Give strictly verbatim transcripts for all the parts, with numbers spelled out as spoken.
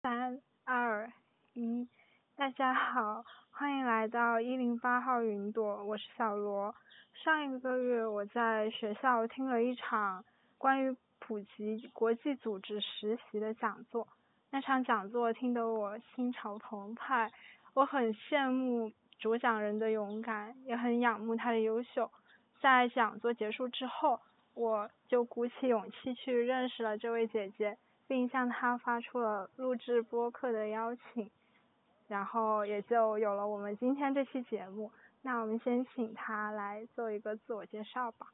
三二一，大家好，欢迎来到一零八号云朵，我是小罗。上一个月我在学校听了一场关于普及国际组织实习的讲座，那场讲座听得我心潮澎湃，我很羡慕主讲人的勇敢，也很仰慕他的优秀。在讲座结束之后，我就鼓起勇气去认识了这位姐姐，并向她发出了录制播客的邀请，然后也就有了我们今天这期节目。那我们先请她来做一个自我介绍吧。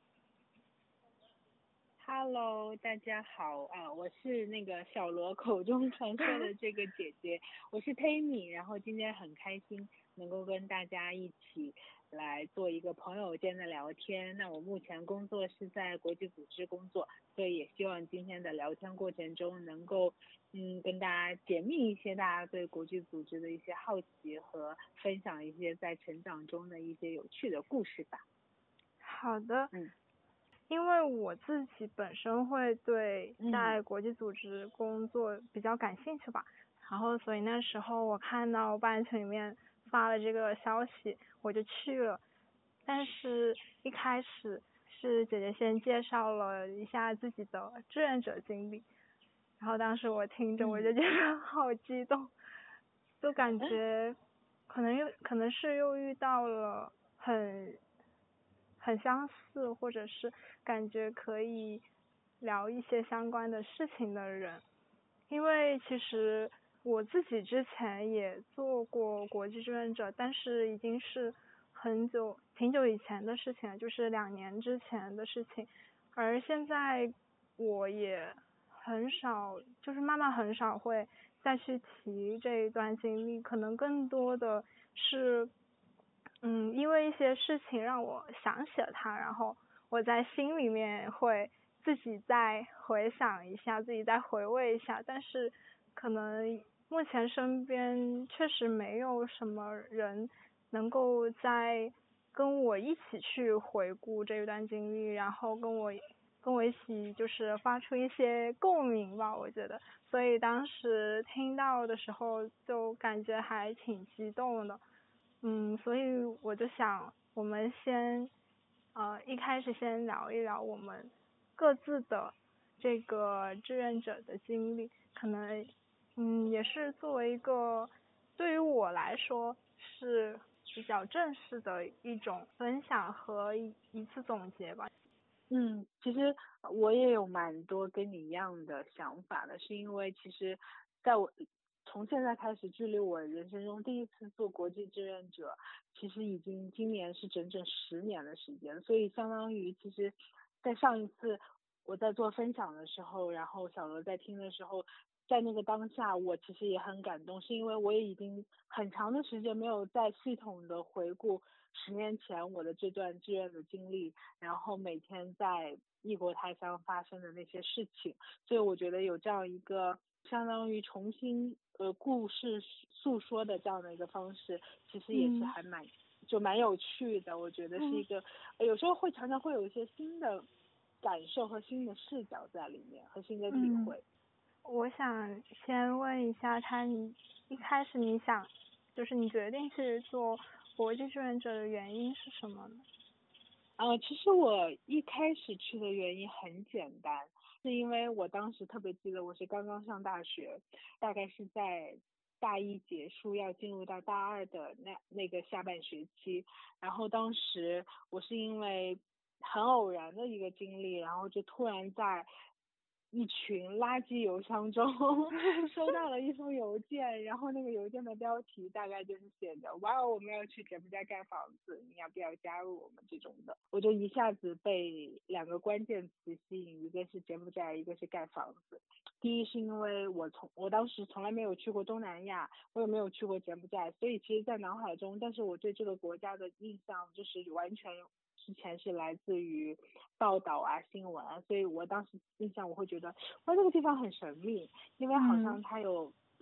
Hello， 大家好啊，我是那个小罗口中传说的这个姐姐，我是 Tammy， 然后今天很开心能够跟大家一起来做一个朋友间的聊天。那我目前工作是在国际组织工作，所以也希望今天的聊天过程中能够嗯跟大家解密一些大家对国际组织的一些好奇和分享一些在成长中的一些有趣的故事吧。 好的， 嗯。 因为我自己本身会对在国际组织工作比较感兴趣吧，嗯、然后所以那时候我看到班群里面发了这个消息，我就去了。但是一开始是姐姐先介绍了一下自己的志愿者经历，然后当时我听着我就觉得好激动，嗯、就感觉可能又可能是又遇到了很。很相似，或者是感觉可以聊一些相关的事情的人。因为其实我自己之前也做过国际志愿者，但是已经是很久挺久以前的事情了，就是两年之前的事情。而现在我也很少，就是慢慢很少会再去提这一段经历，可能更多的是嗯，因为一些事情让我想起了他，然后我在心里面会自己再回想一下，自己再回味一下，但是可能目前身边确实没有什么人能够在跟我一起去回顾这一段经历，然后跟我跟我一起就是发出一些共鸣吧，我觉得，所以当时听到的时候就感觉还挺激动的。嗯，所以我就想，我们先，呃，一开始先聊一聊我们各自的这个志愿者的经历，可能，嗯，也是作为一个对于我来说是比较正式的一种分享和一一次总结吧。 嗯，其实我也有蛮多跟你一样的想法的，是因为其实在我从现在开始，距离我人生中第一次做国际志愿者，其实已经今年是整整十年的时间，所以相当于其实在上一次我在做分享的时候，然后小罗在听的时候，在那个当下我其实也很感动，是因为我也已经很长的时间没有再系统的回顾十年前我的这段志愿的经历，然后每天在异国他乡发生的那些事情，所以我觉得有这样一个相当于重新呃故事诉说的这样的一个方式，其实也是还蛮、嗯、就蛮有趣的。我觉得是一个、嗯、有时候会常常会有一些新的感受和新的视角在里面和新的体会。 嗯，我想先问一下他，你一开始你想就是你决定去做国际志愿者的原因是什么呢？ 呃，其实我一开始去的原因很简单，是因为我当时特别记得我是刚刚上大学，大概是在大一结束要进入到大二的那那个下半学期，然后当时我是因为很偶然的一个经历，然后就突然在一群垃圾邮箱中收到了一封邮件，然后那个邮件的标题大概就是写着哇，我们要去柬埔寨盖房子，你要不要加入我们这种的。我就一下子被两个关键词吸引，一个是柬埔寨，一个是盖房子。第一是因为我从我当时从来没有去过东南亚，我也没有去过柬埔寨，所以其实在脑海中，但是我对这个国家的印象就是完全之前是来自于报道啊新闻啊，所以我当时印象我会觉得哇这个地方很神秘，因为好像它有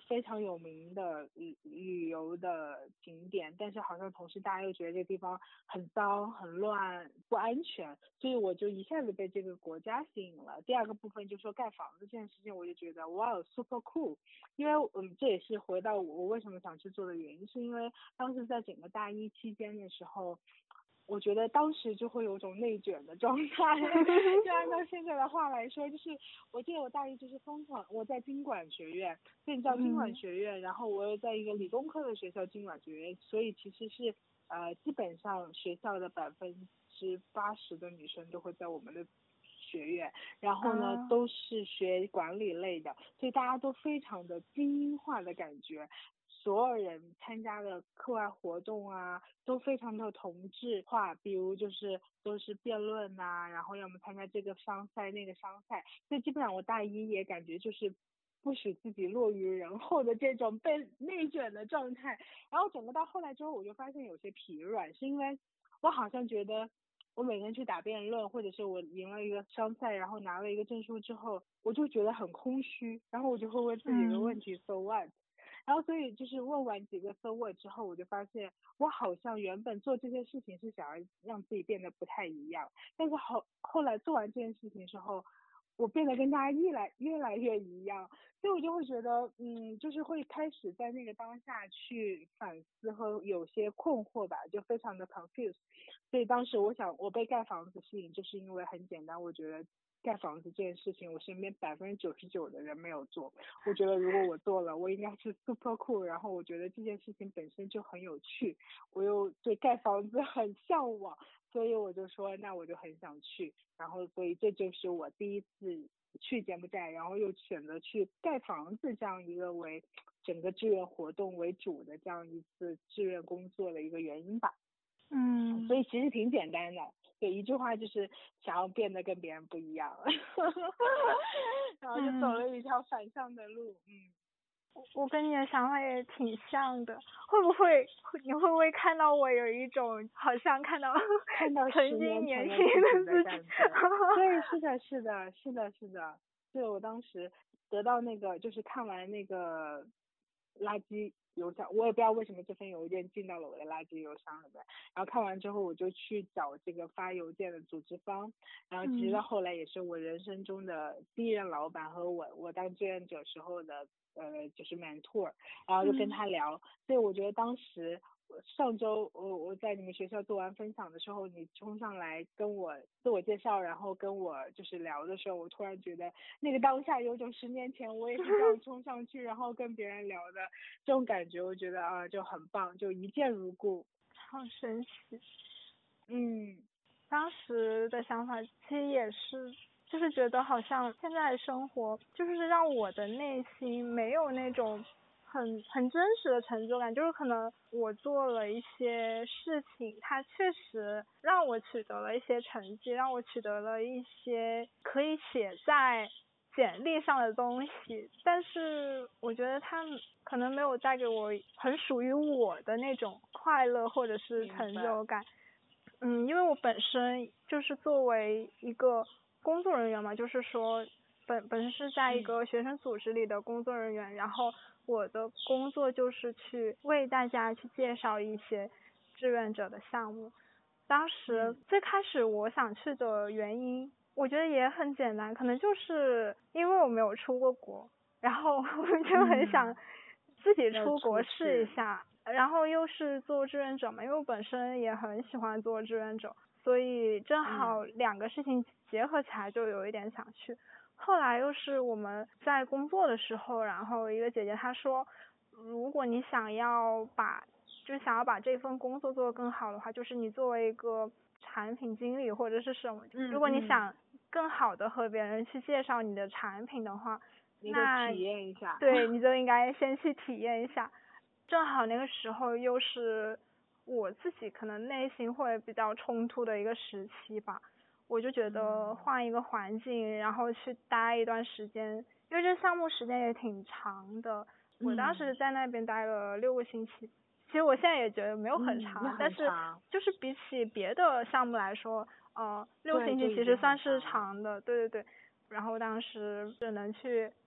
非常有名的旅旅游的景点，但是好像同时大家又觉得这个地方很脏、很乱、不安全，所以我就一下子被这个国家吸引了。第二个部分就说盖房子这件事情，我就觉得哇 super cool， 因为嗯这也是回到我为什么想去做的原因，是因为当时在整个大一期间的时候。我觉得当时就会有种内卷的状态，就按照现在的话来说，就是我记得我大一就是疯狂，我在经管学院，所以叫经管学院，嗯、然后我又在一个理工科的学校经管学院，所以其实是呃基本上学校的百分之八十的女生都会在我们的学院，然后呢、uh. 都是学管理类的，所以大家都非常的精英化的感觉。所有人参加的课外活动啊，都非常的同质化，比如就是都是辩论呐、啊，然后要么参加这个商赛那个商赛，所以基本上我大一也感觉就是不使自己落于人后的这种被内卷的状态，然后整个到后来之后，我就发现有些疲软，是因为我好像觉得我每天去打辩论，或者是我赢了一个商赛，然后拿了一个证书之后，我就觉得很空虚，然后我就会问自己一个问题、嗯、，so what？然后所以就是问完几个 so what 之后，我就发现我好像原本做这件事情是想要让自己变得不太一样，但是后后来做完这件事情之后，我变得跟大家越来越来越一样，所以我就会觉得，嗯，就是会开始在那个当下去反思和有些困惑吧，就非常的 confused。所以当时我想，我被盖房子吸引，就是因为很简单，我觉得。盖房子这件事情，我身边百分之九十九的人没有做。我觉得如果我做了，我应该是 super cool。然后我觉得这件事情本身就很有趣，我又对盖房子很向往，所以我就说，那我就很想去。然后，所以这就是我第一次去柬埔寨，然后又选择去盖房子这样一个为整个志愿活动为主的这样一次志愿工作的一个原因吧。 嗯， 所以其实挺简单的。对，一句话就是想要变得跟别人不一样，然后就走了一条反向的路。嗯， 我跟你的想法也挺像的，会不会你会不会看到我有一种好像看到看到曾经年轻的自己？对，是的，是的，是的，是的。对，我当时得到那个就是看完那个垃圾邮箱，我也不知道为什么这份邮件进到了我的垃圾邮箱里面，然后看完之后我就去找这个发邮件的组织方，然后其实到后来也是我人生中的第一任老板和我我当志愿者时候的呃就是 mentor， 然后就跟他聊，嗯、所以我觉得当时上周我我在你们学校做完分享的时候，你冲上来跟我自我介绍，然后跟我就是聊的时候，我突然觉得那个当下有种十年前我也是这样冲上去，然后跟别人聊的这种感觉，我觉得啊就很棒，就一见如故， 好神奇。 嗯， 当时的想法其实也是，就是觉得好像现在的生活就是让我的内心没有那种很很真实的成就感，就是可能我做了一些事情，它确实让我取得了一些成绩，让我取得了一些可以写在简历上的东西，但是我觉得它可能没有带给我很属于我的那种快乐或者是成就感。嗯，因为我本身就是作为一个工作人员嘛，就是说本本身是在一个学生组织里的工作人员，嗯、然后我的工作就是去为大家去介绍一些志愿者的项目。当时最开始我想去的原因，我觉得也很简单，可能就是因为我没有出过国，然后我就很想自己出国试一下。嗯、然后又是做志愿者嘛，因为我本身也很喜欢做志愿者，所以正好两个事情结合起来，就有一点想去。嗯、后来又是我们在工作的时候，然后一个姐姐她说，如果你想要把就是想要把这份工作做得更好的话，就是你作为一个产品经理或者是什么， 嗯、 如果你想更好的和别人去介绍你的产品的话， 你得体验一下， 对，你就应该先去体验一下。正好那个时候又是我自己可能内心会比较冲突的一个时期吧，我就觉得换一个环境，然后去待一段时间，因为这项目时间也挺长的，我当时在那边待了六个星期。其实我现在也觉得没有很长， 嗯、 但是就是比起别的项目来说，呃，六星期其实算是长的，对对对。然后当时只能去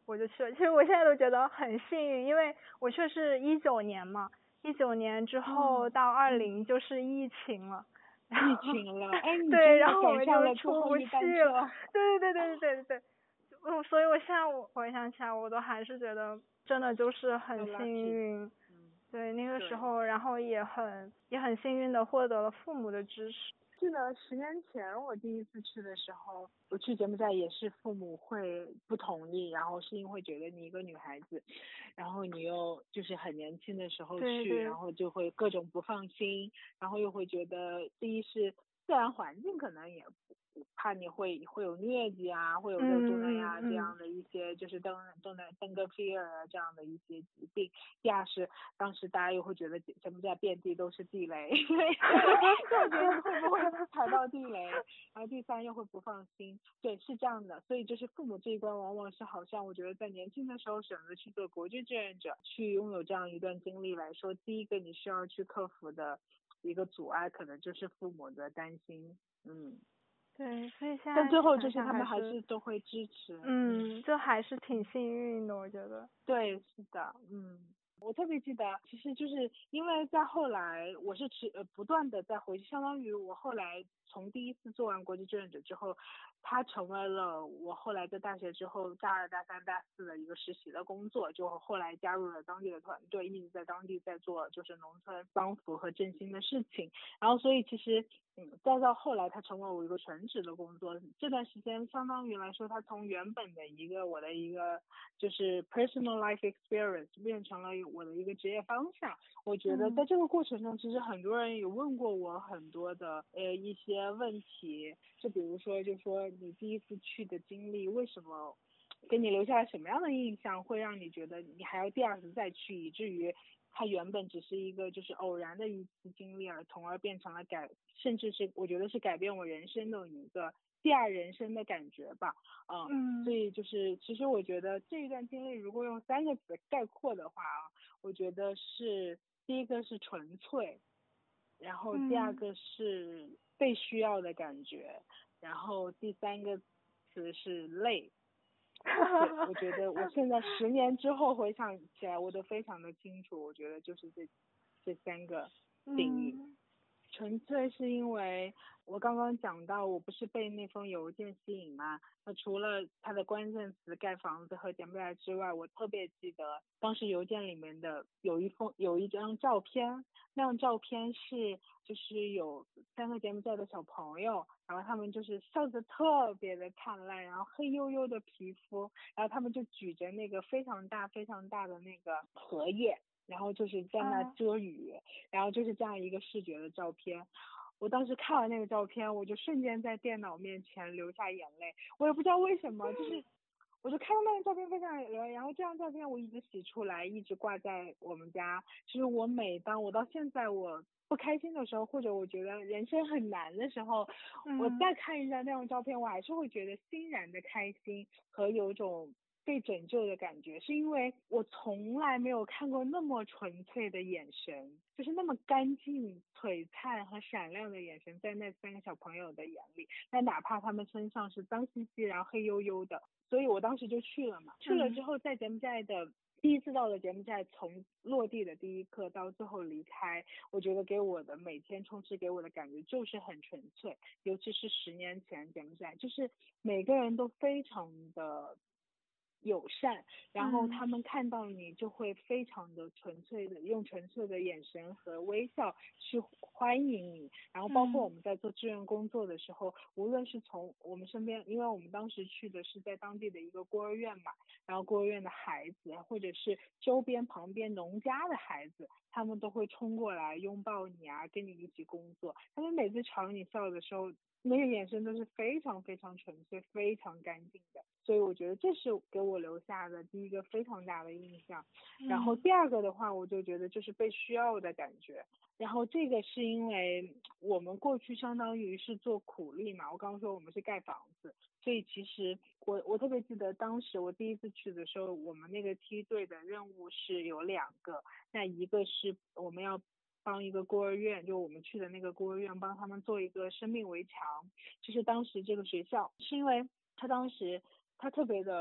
我就去了。其实我现在都觉得很幸运，因为我去的是一九年嘛，一九年之后到二零就是疫情了。 疫情了，哎，你对， 真然的赶上后我们就了最后出不去一班车。 了。对对对对对对对。嗯，所以我现在我回想起来，我都还是觉得真的就是很 So 幸 lucky 运。 嗯， 对，那个对时候，然后也很也很幸运的获得了父母的支持。 记得十年前我第一次去的时候，我去柬埔寨也是父母会不同意，然后是因为觉得你一个女孩子，然后你又就是很年轻的时候去， 对对然后就会各种不放心，然后又会觉得第一是自然环境可能也怕你会会有疟疾啊，会有这个东南亚这样嗯嗯的一些就是登登登登革 fear 啊这样的一些疾病。第二是当时大家又会觉得柬埔寨遍地都是地雷，因为就觉得你会不会踩到地雷，然后第三又会不放心。对，是这样的，所以就是父母这一关往往是好像我觉得在年轻的时候选择去做国际志愿者，去拥有这样一段经历来说，第一个你需要去克服的一个阻碍可能就是父母的担心。嗯， 对，所以现在但最后就想想还是他们还是是都会支持。 嗯，这还是挺幸运的，我觉得。 对，是的，嗯，我特别记得，其实就是因为在后来，我是持呃不断的在回去，相当于我后来从第一次做完国际志愿者之后，它成为了我后来在大学之后大二、大三、大四的一个实习的工作，就后来加入了当地的团队，一直在当地在做就是农村帮扶和振兴的事情，然后所以其实。嗯，再到后来，它成为我一个全职的工作。这段时间相当于来说，它从原本的一个我的一个就是 personal life experience 变成了我的一个职业方向。我觉得在这个过程中，其实很多人有问过我很多的呃一些问题，就比如说，就说你第一次去的经历，为什么给你留下了什么样的印象，会让你觉得你还要第二次再去，以至于它原本只是一个就是偶然的一次经历，而从而变成了改，甚至是我觉得是改变我人生的一个第二人生的感觉吧。嗯， 嗯所以就是其实我觉得这一段经历如果用三个词概括的话啊，我觉得是第一个是纯粹，然后第二嗯个是被需要的感觉，然后第三个词是累。对，我觉得我现在十年之后回想起来，我都非常的清楚。我觉得就是这这三个定义。 嗯纯粹是因为我刚刚讲到，我不是被那封邮件吸引吗？那除了它的关键词盖房子和柬埔寨之外，我特别记得当时邮件里面的有一封有一张照片，那张照片是就是有三个柬埔寨的小朋友，然后他们就是笑得特别的灿烂，然后黑黝黝的皮肤，然后他们就举着那个非常大非常大的那个荷叶。然后就是在那遮雨，啊、然后就是这样一个视觉的照片。我当时看完那个照片，我就瞬间在电脑面前流下眼泪。我也不知道为什么，就是我就看到那张照片非常流泪，然后这张照片我一直洗出来，一直挂在我们家。就是我每当我到现在我不开心的时候，或者我觉得人生很难的时候， 嗯、 我再看一下那张照片，我还是会觉得欣然的开心和有种被拯救的感觉，是因为我从来没有看过那么纯粹的眼神，就是那么干净、璀璨和闪亮的眼神在那三个小朋友的眼里，那哪怕他们身上是脏兮兮然后黑黝黝的，所以我当时就去了嘛。去了之后，在柬埔寨的第一次到了柬埔寨，从落地的第一刻到最后离开，我觉得给我的每天充斥给我的感觉就是很纯粹，尤其是十年前柬埔寨，就是每个人都非常的友善，然后他们看到你就会非常的纯粹的用纯粹的眼神和微笑去欢迎你，然后包括我们在做志愿工作的时候，无论是从我们身边，因为我们当时去的是在当地的一个孤儿院嘛，然后孤儿院的孩子或者是周边旁边农家的孩子，他们都会冲过来拥抱你啊，跟你一起工作，他们每次朝你笑的时候，那个眼神都是非常非常纯粹非常干净的，所以我觉得这是给我留下的第一个非常大的印象。然后第二个的话，我就觉得就是被需要的感觉，然后这个是因为我们过去相当于是做苦力嘛，我刚刚说我们是盖房子，所以其实我我特别记得当时我第一次去的时候，我们那个梯队的任务是有两个，那一个是我们要帮一个孤儿院，就我们去的那个孤儿院，帮他们做一个生命围墙。就是当时这个学校是因为他当时他特别的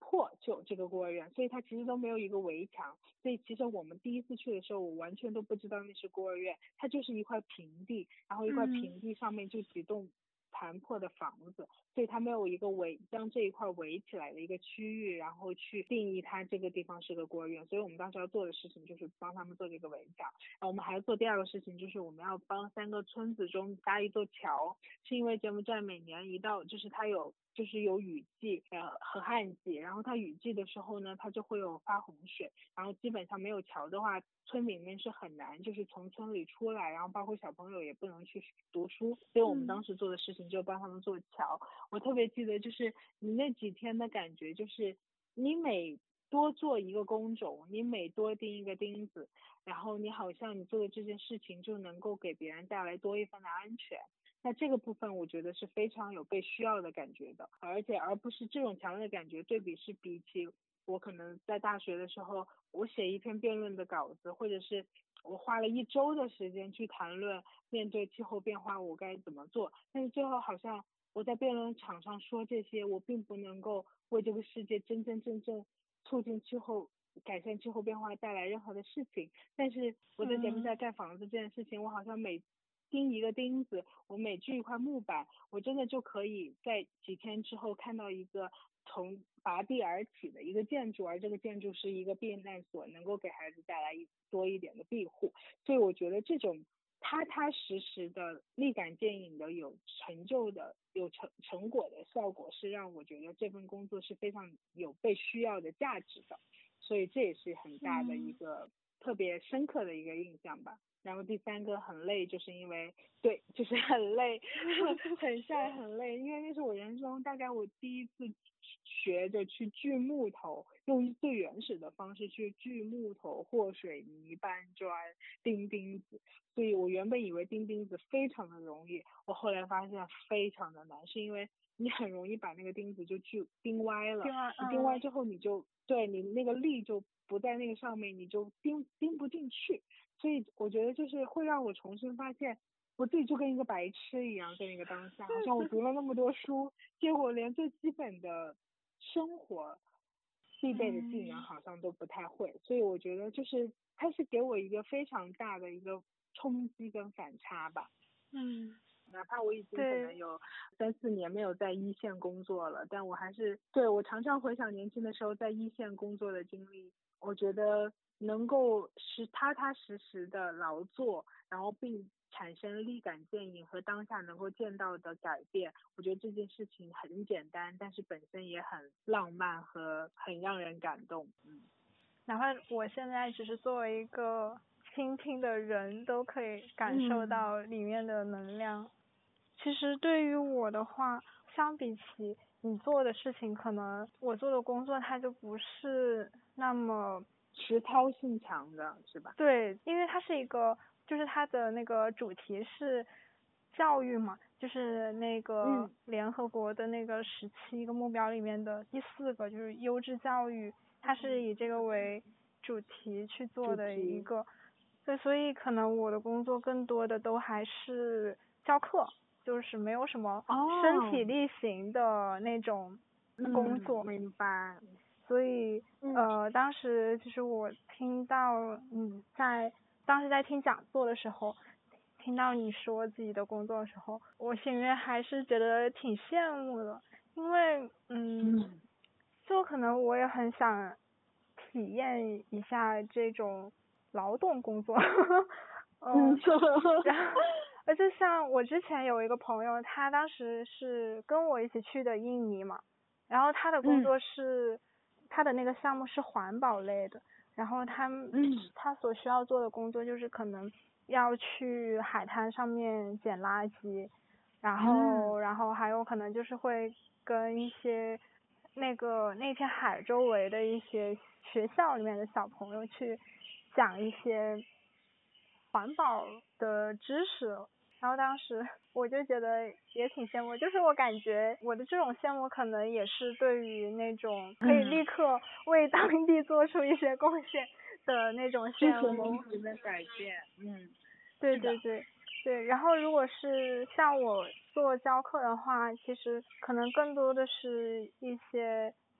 破就有这个孤儿院，所以它其实都没有一个围墙，所以其实我们第一次去的时候，我完全都不知道那是孤儿院，它就是一块平地，然后一块平地上面就几栋残破的房子，所以它没有一个围将这一块围起来的一个区域，然后去定义它这个地方是个孤儿院。所以我们当时要做的事情就是帮他们做这个围墙，然后我们还要做第二个事情，就是我们要帮三个村子中搭一座桥，是因为柬埔寨每年一到就是它有就是有雨季呃和旱季，然后它雨季的时候呢，它就会有发洪水，然后基本上没有桥的话，村里面是很难就是从村里出来，然后包括小朋友也不能去读书，所以我们当时做的事情就帮他们做桥。我特别记得就是你那几天的感觉，就是你每多做一个工种，你每多钉一个钉子，然后你好像你做的这件事情就能够给别人带来多一份的安全。那这个部分我觉得是非常有被需要的感觉的，而且而不是这种强烈的感觉对比是比起我可能在大学的时候，我写一篇辩论的稿子，或者是我花了一周的时间去谈论面对气候变化我该怎么做，但是最后好像我在辩论场上说这些，我并不能够为这个世界真真正正促进气候改善气候变化带来任何的事情。但是我在柬埔寨盖房子这件事情，我好像每钉一个钉子，我每锯一块木板，我真的就可以在几天之后看到一个从拔地而起的一个建筑，而这个建筑是一个避难所，能够给孩子带来一多一点的庇护。所以我觉得这种踏踏实实的立竿见影的有成就的有成成果的效果，是让我觉得这份工作是非常有被需要的价值的，所以这也是很大的一个特别深刻的一个印象吧。然后第三个很累，就是因为对，就是很累，很晒很累，因为那是我人生中大概我第一次学着去锯木头，用最原始的方式去锯木头、和水泥、搬砖、钉钉子。所以我原本以为钉钉子非常的容易，我后来发现非常的难，是因为你很容易把那个钉子就锯钉歪了，你钉歪之后你就对你那个力就不在那个上面，你就钉钉不进去。所以我觉得就是会让我重新发现我自己就跟一个白痴一样，在那个当下，好像我读了那么多书，结果连最基本的生活必备的技能好像都不太会。所以我觉得就是它是给我一个非常大的一个冲击跟反差吧。 嗯， 哪怕我已经可能有三四年没有在一线工作了，但我还是对我常常回想年轻的时候在一线工作的经历，我觉得能够是踏踏实实的劳作，然后并产生立竿见影和当下能够见到的改变，我觉得这件事情很简单，但是本身也很浪漫和很让人感动。嗯， 哪怕我现在只是作为一个倾听的人，都可以感受到里面的能量。嗯、其实对于我的话，相比起你做的事情，可能我做的工作它就不是那么实操性强的，是吧？ 对，因为它是一个，就是它的那个主题是教育嘛，就是那个联合国的那个十七个目标里面的第四个，就是优质教育，它是以这个为主题去做的一个，对，所以可能我的工作更多的都还是教课，就是没有什么身体力行的那种工作。 嗯、明白。 所以呃，当时就是我听到你在当时在听讲座的时候，听到你说自己的工作的时候，我心里面还是觉得挺羡慕的，因为嗯，嗯就可能我也很想体验一下这种劳动工作，嗯，然后而且像我之前有一个朋友，他当时是跟我一起去的印尼嘛，然后他的工作是。嗯他的那个项目是环保类的，然后他嗯他所需要做的工作就是可能要去海滩上面捡垃圾，然后、嗯、然后还有可能就是会跟一些那个那片海周围的一些学校里面的小朋友去讲一些环保的知识，然后当时我就觉得也挺羡慕，就是我感觉我的这种羡慕可能也是对于那种可以立刻为当地做出一些贡献的那种羡慕。 支持的改变，嗯， 对对对对。然后如果是像我做教课的话，其实可能更多的是一些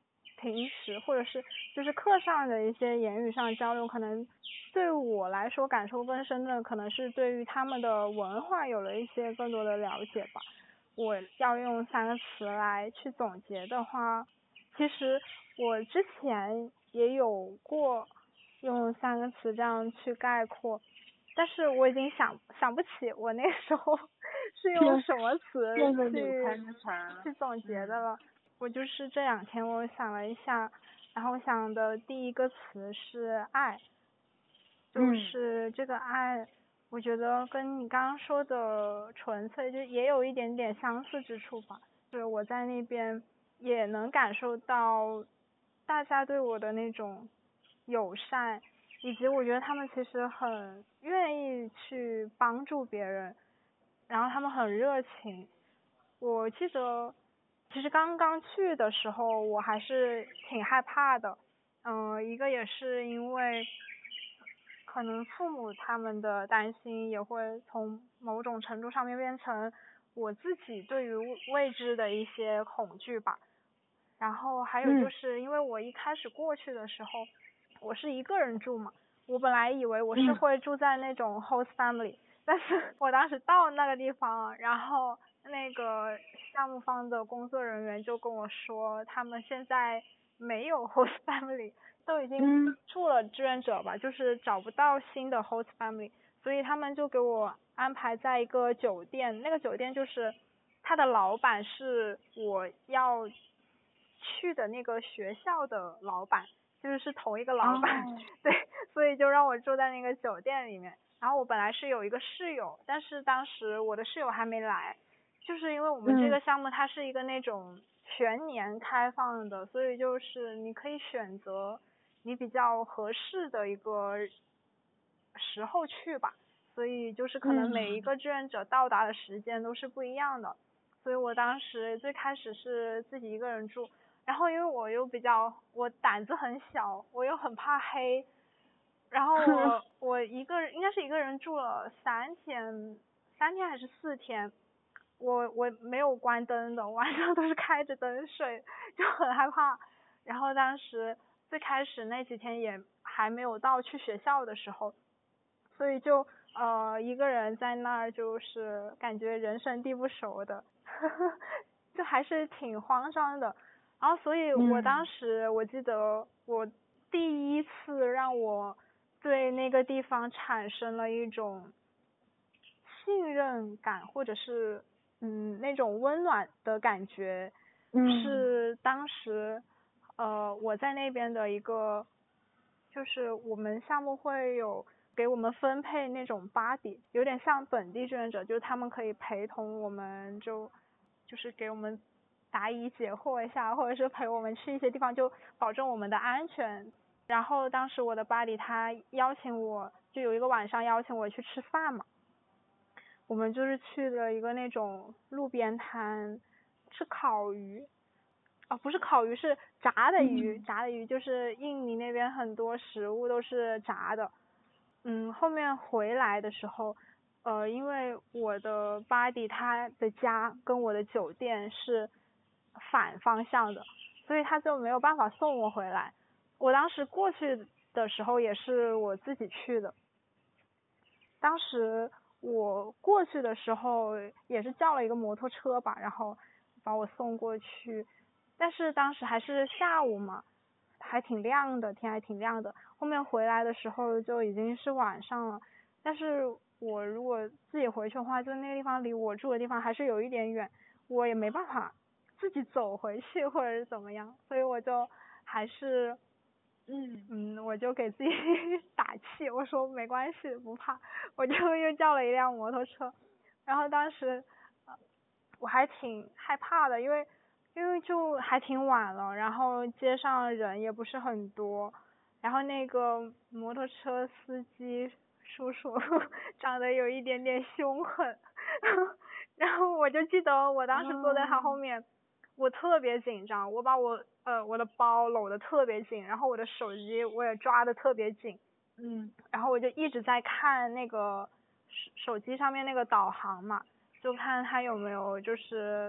平时或者是就是课上的一些言语上交流，可能对我来说感受更深的可能是对于他们的文化有了一些更多的了解吧。我要用三个词来去总结的话，其实我之前也有过用三个词这样去概括，但是我已经想想不起我那时候是用什么词去去总结的了。我就是这两天我想了一下，然后想的第一个词是爱，就是这个爱我觉得跟你刚刚说的纯粹就也有一点点相似之处吧。就是我在那边也能感受到大家对我的那种友善，以及我觉得他们其实很愿意去帮助别人，然后他们很热情。我记得其实刚刚去的时候我还是挺害怕的，嗯、呃，一个也是因为可能父母他们的担心也会从某种程度上面变成我自己对于未知的一些恐惧吧。然后还有就是因为我一开始过去的时候，嗯、我是一个人住嘛，我本来以为我是会住在那种 host family，嗯、但是我当时到那个地方，然后那个项目方的工作人员就跟我说，他们现在没有 host family， 都已经住了志愿者吧，就是找不到新的 host family， 所以他们就给我安排在一个酒店，那个酒店就是他的老板是我要去的那个学校的老板，就是是同一个老板，哦、对，所以就让我住在那个酒店里面。然后我本来是有一个室友，但是当时我的室友还没来，就是因为我们这个项目它是一个那种全年开放的，嗯、所以就是你可以选择你比较合适的一个时候去吧，所以就是可能每一个志愿者到达的时间都是不一样的，嗯、所以我当时最开始是自己一个人住，然后因为我又比较我胆子很小，我又很怕黑，然后我我一个人应该是一个人住了三天三天还是四天，我我没有关灯的，晚上都是开着灯睡，就很害怕。然后当时最开始那几天也还没有到去学校的时候，所以就呃一个人在那儿，就是感觉人生地不熟的呵呵，就还是挺慌张的。然后所以我当时我记得我第一次让我对那个地方产生了一种信任感，或者是嗯那种温暖的感觉，嗯、是当时呃我在那边的一个，就是我们项目会有给我们分配那种 buddy， 有点像本地志愿者，就是他们可以陪同我们，就就是给我们答疑解惑一下，或者是陪我们去一些地方，就保证我们的安全。然后当时我的 buddy 他邀请我，就有一个晚上邀请我去吃饭嘛，我们就是去了一个那种路边摊吃烤鱼，哦不是烤鱼是炸的鱼，嗯、炸的鱼就是印尼那边很多食物都是炸的。嗯，后面回来的时候，呃，因为我的 buddy 他的家跟我的酒店是反方向的，所以他就没有办法送我回来。我当时过去的时候也是我自己去的，当时我过去的时候也是叫了一个摩托车吧，然后把我送过去，但是当时还是下午嘛，还挺亮的，天还挺亮的。后面回来的时候就已经是晚上了，但是我如果自己回去的话，就那个地方离我住的地方还是有一点远，我也没办法自己走回去或者是怎么样，所以我就还是嗯嗯，我就给自己打气，我说没关系，不怕，我就又叫了一辆摩托车。然后当时我还挺害怕的，因为因为就还挺晚了，然后街上人也不是很多，然后那个摩托车司机叔叔长得有一点点凶狠，然后我就记得我当时坐在他后面，我特别紧张，我把我呃我的包搂得特别紧，然后我的手机我也抓得特别紧，嗯，然后我就一直在看那个手手机上面那个导航嘛，就看他有没有就是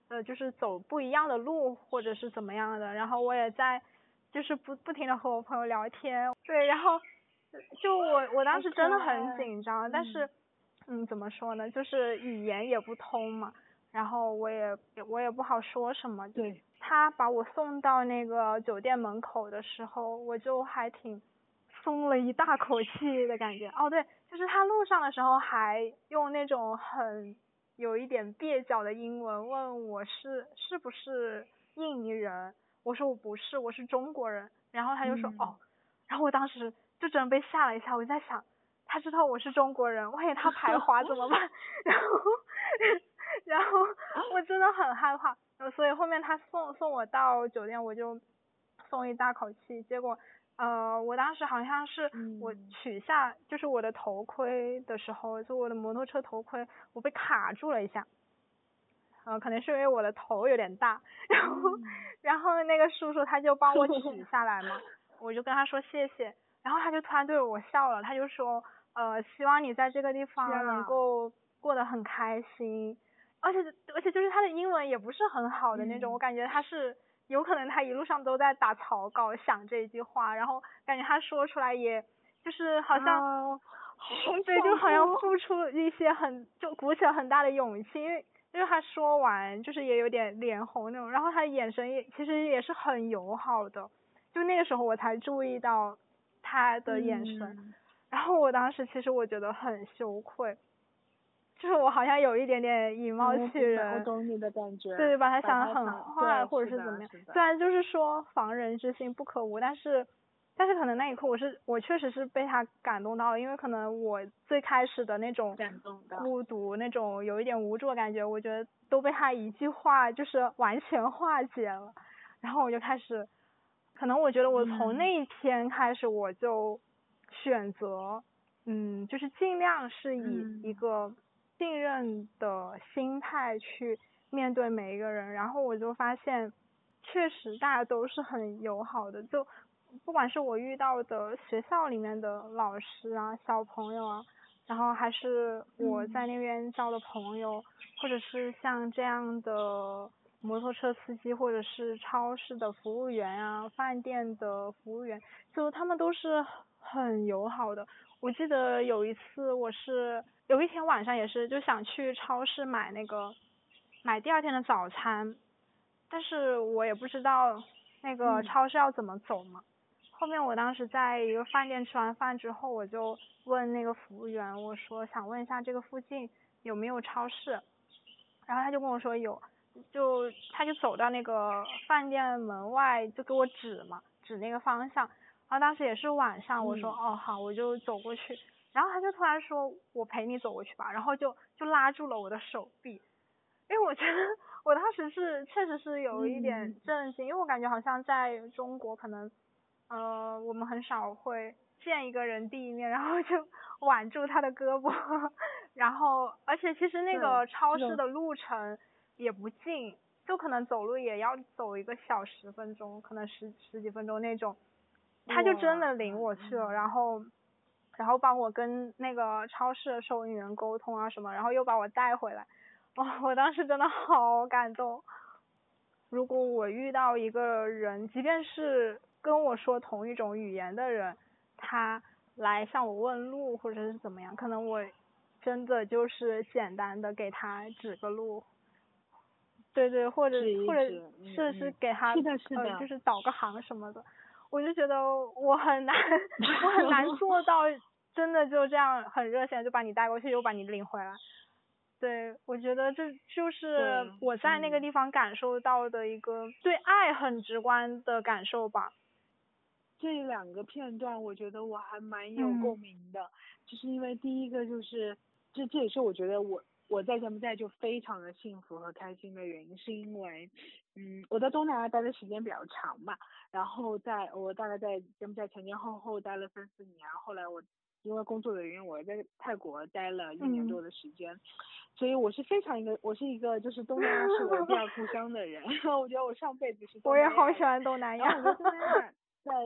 呃就是走不一样的路或者是怎么样的，然后我也在就是不不停的和我朋友聊天，对，然后就我我当时真的很紧张，但是嗯怎么说呢，就是语言也不通嘛，然后我也我也不好说什么。 对， 他把我送到那个酒店门口的时候，我就还挺松了一大口气的感觉。哦对，就是他路上的时候还用那种很有一点蹩脚的英文问我是是不是印尼人，我说我不是，我是中国人，然后他就说、嗯、哦，然后我当时就真的被吓了一下，我就在想他知道我是中国人，万一他排华怎么办然后然后我真的很害怕，所以后面他送送我到酒店，我就松一大口气。结果呃我当时好像是我取下就是我的头盔的时候，就我的摩托车头盔我被卡住了一下，呃可能是因为我的头有点大，然后然后那个叔叔他就帮我取下来嘛我就跟他说谢谢，然后他就突然对我笑了，他就说呃希望你在这个地方能够过得很开心，而且而且就是他的英文也不是很好的那种、嗯、我感觉他是有可能他一路上都在打草稿想这一句话，然后感觉他说出来也就是好像、哦、对，就好像付出一些很就鼓起了很大的勇气，因为因为他说完就是也有点脸红那种，然后他的眼神也其实也是很友好的，就那个时候我才注意到他的眼神、嗯、然后我当时其实我觉得很羞愧，就是我好像有一点点以貌取人、 嗯、我懂你的感觉， 对，把他想得很坏或者是怎么样，虽然就是说防人之心不可无，但是但是可能那一刻我是我确实是被他感动到了，因为可能我最开始的那种孤独那种有一点无助的感觉，我觉得都被他一句话就是完全化解了，然后我就开始可能我觉得我从那一天开始我就选择嗯, 嗯就是尽量是以一个信任的心态去面对每一个人，然后我就发现确实大家都是很友好的，就不管是我遇到的学校里面的老师啊小朋友啊，然后还是我在那边交的朋友、嗯、或者是像这样的摩托车司机或者是超市的服务员啊饭店的服务员，就他们都是很友好的。我记得有一次我是有一天晚上也是就想去超市买那个买第二天的早餐，但是我也不知道那个超市要怎么走嘛、嗯、后面我当时在一个饭店吃完饭之后，我就问那个服务员，我说想问一下这个附近有没有超市，然后他就跟我说有，就他就走到那个饭店门外就给我指嘛指那个方向，然后当时也是晚上，我说、嗯、哦好，我就走过去，然后他就突然说我陪你走过去吧，然后就就拉住了我的手臂，因为我觉得我当时是确实是有一点震惊、嗯、因为我感觉好像在中国可能呃我们很少会见一个人第一面然后就挽住他的胳膊然后而且其实那个超市的路程也不近，就可能走路也要走一个小十分钟，可能十十几分钟那种，他就真的领我去了，然后然后帮我跟那个超市的收银员沟通啊什么，然后又把我带回来，哦，我当时真的好感动。如果我遇到一个人，即便是跟我说同一种语言的人，他来向我问路或者是怎么样，可能我真的就是简单的给他指个路，对对，或者或者是是给他是的是的呃就是导个航什么的，我就觉得我很难我很难做到真的就这样很热心就把你带过去又把你领回来。对，我觉得这就是我在那个地方感受到的一个对爱很直观的感受吧。 这两个片段我觉得我还蛮有共鸣的、嗯、就是因为第一个就是这这也是我觉得我我在柬埔寨就非常的幸福和开心的原因，是因为嗯我在东南亚待的时间比较长嘛，然后在我大概在柬埔寨前前后后待了三四年，后来我因为工作的原因我在泰国待了一年多的时间、嗯、所以我是非常一个我是一个就是东南亚是我第二故乡的人我觉得我上辈子是东南亚， 我也好喜欢东南亚然后我觉得东南亚在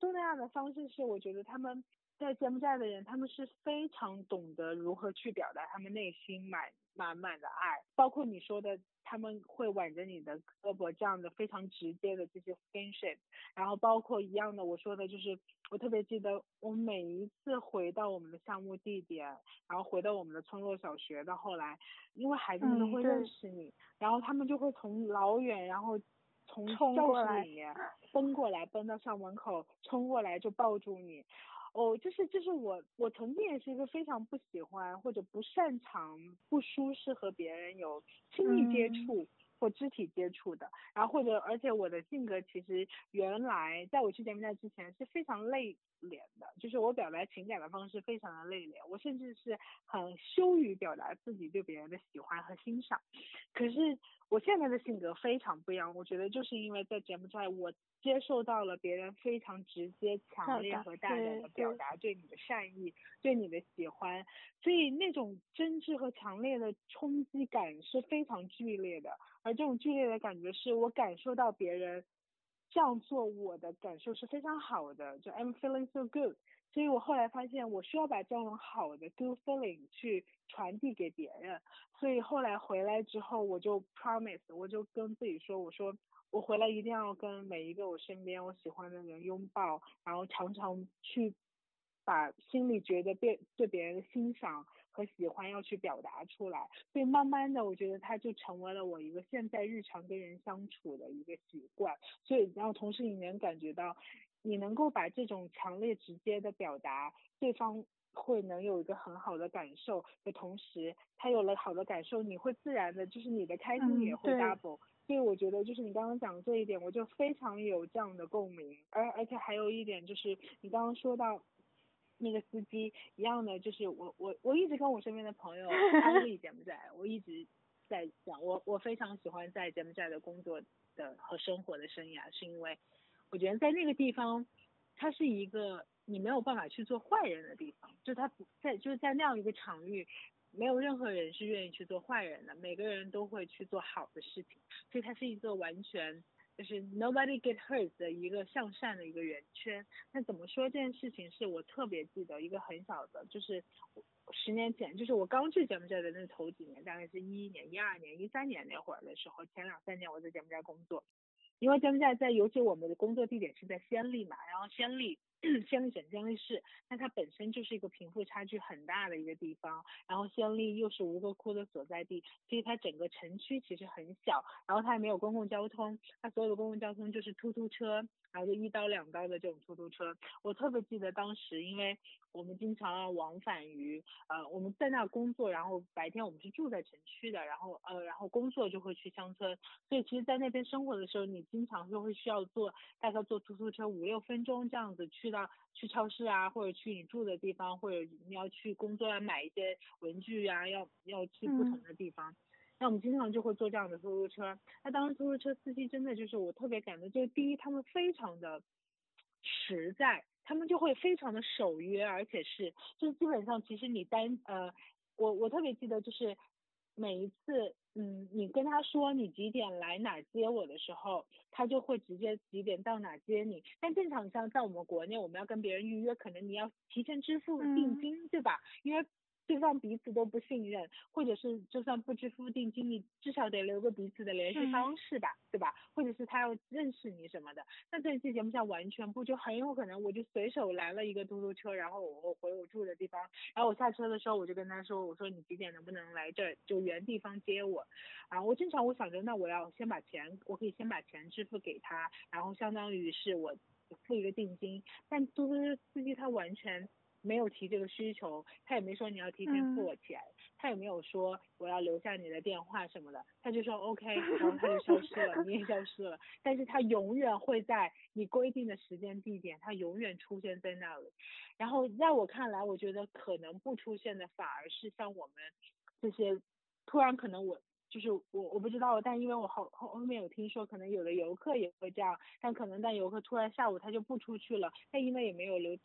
东南亚的方式是，我觉得他们在柬埔寨的人，他们是非常懂得如何去表达他们内心满满满的爱，包括你说的他们会挽着你的胳膊这样的非常直接的这些 skinship，然后包括一样的我说的就是我特别记得我每一次回到我们的项目地点，然后回到我们的村落小学，到后来因为孩子们都会认识你，嗯、然后他们就会从老远然后从教室里面奔过来，奔到校门口，冲过来就抱住你。哦，就是就是我我曾经也是一个非常不喜欢或者不擅长不舒适和别人有亲密接触或肢体接触的，嗯、然后或者而且我的性格其实原来在我去柬埔寨之前是非常内敛的，就是我表达情感的方式非常的内敛，我甚至是很羞于表达自己对别人的喜欢和欣赏。可是我现在的性格非常不一样，我觉得就是因为在柬埔寨我接受到了别人非常直接强烈和大胆的表达对你的善意，对你的喜欢，所以那种真挚和强烈的冲击感是非常剧烈的，而这种剧烈的感觉是我感受到别人这样做，我的感受是非常好的，就 I'm feeling so good。所以我后来发现我需要把这种好的 good feeling 去传递给别人，所以后来回来之后我就 promise， 我就跟自己说，我说我回来一定要跟每一个我身边我喜欢的人拥抱，然后常常去把心里觉得对对别人的欣赏和喜欢要去表达出来，所以慢慢的我觉得它就成为了我一个现在日常跟人相处的一个习惯，所以然后同时你能感觉到你能够把这种强烈直接的表达，对方会能有一个很好的感受的同时，他有了好的感受，你会自然的就是你的开心也会 double，嗯、所以我觉得就是你刚刚讲这一点，我就非常有这样的共鸣。而而且还有一点就是你刚刚说到那个司机一样的，就是我我我一直跟我身边的朋友安利柬埔寨，我一直在讲我我非常喜欢在柬埔寨的工作的和生活的生涯，是因为我觉得在那个地方它是一个你没有办法去做坏人的地方，就他不在就是在那样一个场域，没有任何人是愿意去做坏人的，每个人都会去做好的事情，所以它是一个完全就是 nobody get hurt 的一个向善的一个圆圈。那怎么说这件事情是我特别记得一个很小的，就是十年前，就是我刚去柬埔寨的那头几年，大概是一一年、一二年、一三年那会儿的时候，前两三年我在柬埔寨工作。因为柬埔寨在，尤其我们的工作地点是在暹粒嘛，然后暹粒暹粒省暹粒市，那它本身就是一个贫富差距很大的一个地方，然后暹粒又是吴哥窟的所在地，所以它整个城区其实很小，然后它也没有公共交通，它所有的公共交通就是突突车，然后就一刀两刀的这种突突车。我特别记得当时，因为我们经常要往返于呃我们在那工作，然后白天我们是住在城区的，然后呃然后工作就会去乡村，所以其实在那边生活的时候，你经常就会需要坐大概坐突突车五六分钟这样子去到去超市啊，或者去你住的地方，或者你要去工作啊买一些文具啊，要要去不同的地方。嗯，那我们经常就会坐这样的突突车，那当时突突车司机真的就是我特别感动，就是第一他们非常的实在，他们就会非常的守约，而且是就是基本上其实你单呃我我特别记得就是每一次嗯你跟他说你几点来哪接我的时候，他就会直接几点到哪接你，但正常像在我们国内我们要跟别人预约，可能你要提前支付定金，嗯、对吧？因为对方彼此都不信任，或者是就算不支付定金，你至少得留个彼此的联系方式吧，嗯、对吧？或者是他要认识你什么的。那在这节目下完全不，就很有可能我就随手拦了一个嘟嘟车，然后我回我住的地方，然后我下车的时候我就跟他说，我说你几点能不能来这儿，就原地方接我。啊，我正常我想着，那我要先把钱，我可以先把钱支付给他，然后相当于是我付一个定金，但嘟嘟司机他完全没有提这个需求，他也没说你要提前付我钱，嗯、他也没有说我要留下你的电话什么的，他就说 OK， 然后他就消失了，你也消失了，但是他永远会在你规定的时间地点，他永远出现在那里。然后在我看来，我觉得可能不出现的反而是像我们这些突然可能我。就是我我不知道，但因为我后后后面有听说，可能有的游客也会这样，但可能但游客突然下午他就不出去了，但因为也没有留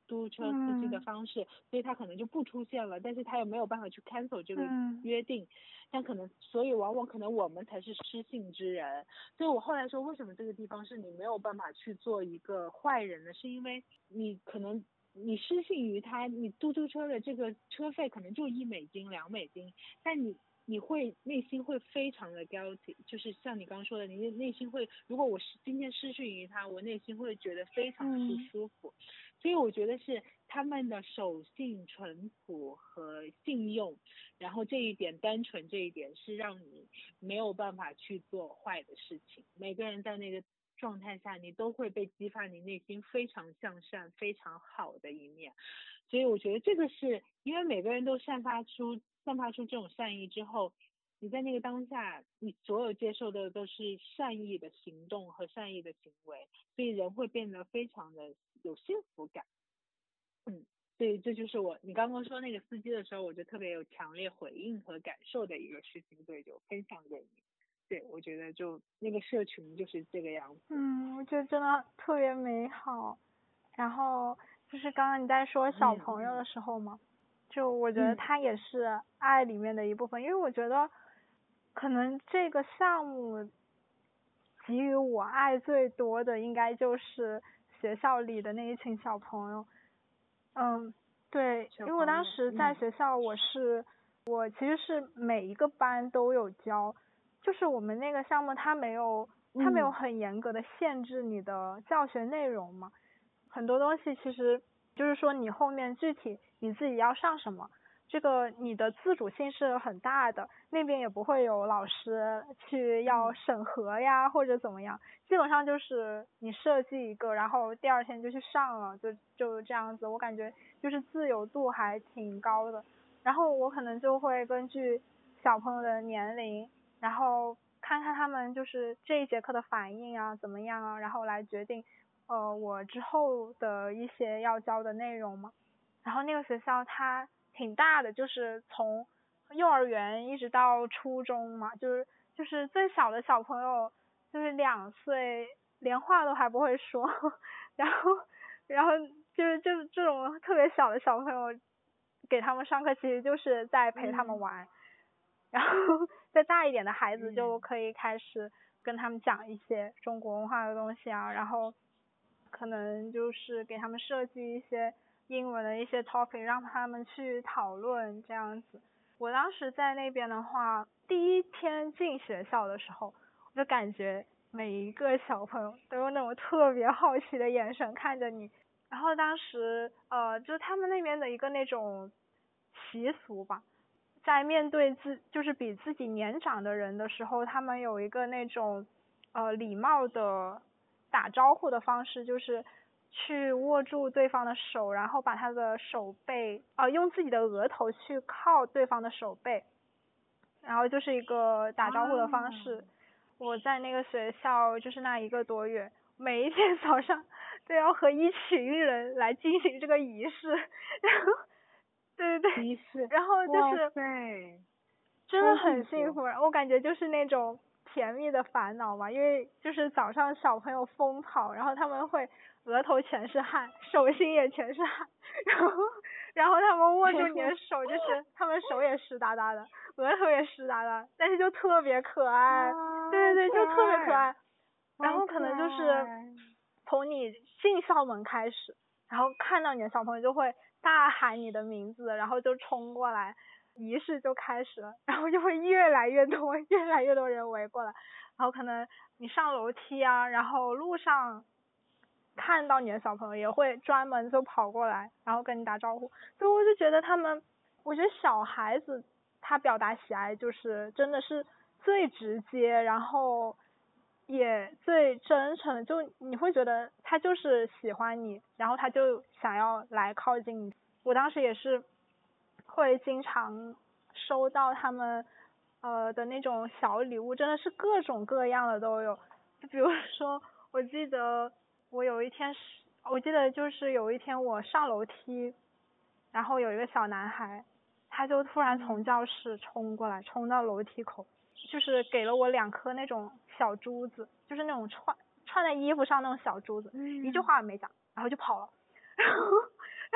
嘟车司机的方式，嗯、所以他可能就不出现了，但是他又没有办法去 cancel 这个约定，嗯、但可能所以往往可能我们才是失信之人。所以我后来说，为什么这个地方是你没有办法去做一个坏人呢？是因为你可能你失信于他，你嘟嘟车的这个车费可能就一美金两美金，但你你会内心会非常的 guilty， 就是像你刚刚说的，你内心会，如果我是今天失信于他，我内心会觉得非常的不舒服。嗯、所以我觉得是他们的守信、淳朴和信用，然后这一点单纯这一点是让你没有办法去做坏的事情。每个人在那个状态下，你都会被激发你内心非常向善、非常好的一面。所以我觉得这个是因为每个人都散发出散发出这种善意之后，你在那个当下，你所有接受的都是善意的行动和善意的行为，所以人会变得非常的有幸福感。嗯，所以这就是我你刚刚说那个司机的时候，我就特别有强烈回应和感受的一个事情，所以就分享给你。对，我觉得就那个社群就是这个样子。 嗯，我觉得真的特别美好。然后就是刚刚你在说小朋友的时候嘛，嗯、就我觉得他也是爱里面的一部分，嗯、因为我觉得可能这个项目给予我爱最多的应该就是学校里的那一群小朋友。嗯，对，因为我当时在学校，我是、嗯、我其实是每一个班都有教，就是我们那个项目它没有它没有很严格的限制你的教学内容嘛，嗯、很多东西其实就是说你后面具体你自己要上什么，这个你的自主性是很大的，那边也不会有老师去要审核呀、嗯、或者怎么样，基本上就是你设计一个，然后第二天就去上了，就就这样子，我感觉就是自由度还挺高的。然后我可能就会根据小朋友的年龄，然后看看他们就是这一节课的反应啊怎么样啊，然后来决定呃我之后的一些要教的内容嘛。然后那个学校它挺大的，就是从幼儿园一直到初中嘛，就是就是最小的小朋友就是两岁，连话都还不会说，然后然后就是就是这种特别小的小朋友，给他们上课其实就是在陪他们玩，嗯、然后再大一点的孩子就可以开始跟他们讲一些中国文化的东西啊，然后可能就是给他们设计一些英文的一些 topic 让他们去讨论这样子。我当时在那边的话，第一天进学校的时候，我就感觉每一个小朋友都用那种特别好奇的眼神看着你。然后当时呃，就是他们那边的一个那种习俗吧，在面对自就是比自己年长的人的时候，他们有一个那种呃礼貌的打招呼的方式，就是去握住对方的手，然后把他的手背呃用自己的额头去靠对方的手背，然后就是一个打招呼的方式。啊、我在那个学校就是那一个多月，每一天早上都要和一群人来进行这个仪式，然后对对对， 仪式， 然后就是真的很幸福，我感觉就是那种甜蜜的烦恼嘛，因为就是早上小朋友疯跑，然后他们会额头全是汗，手心也全是汗，然后然后他们握住你的手，就是他们手也湿哒哒的，额头也湿哒哒，但是就特别可爱，啊、对对对，就特别可爱。然后可能就是从你进校门开始，然后看到你的小朋友就会大喊你的名字，然后就冲过来，仪式就开始了，然后就会越来越多越来越多人围过来，然后可能你上楼梯啊，然后路上看到你的小朋友也会专门就跑过来，然后跟你打招呼。所以我就觉得他们，我觉得小孩子他表达喜爱就是真的是最直接，然后也最真诚，就你会觉得他就是喜欢你，然后他就想要来靠近你。我当时也是会经常收到他们呃的那种小礼物，真的是各种各样的都有。就比如说我记得我有一天是我记得就是有一天我上楼梯，然后有一个小男孩他就突然从教室冲过来，冲到楼梯口，就是给了我两颗那种小珠子，就是那种串串在衣服上那种小珠子，嗯、一句话也没讲，然后就跑了。然后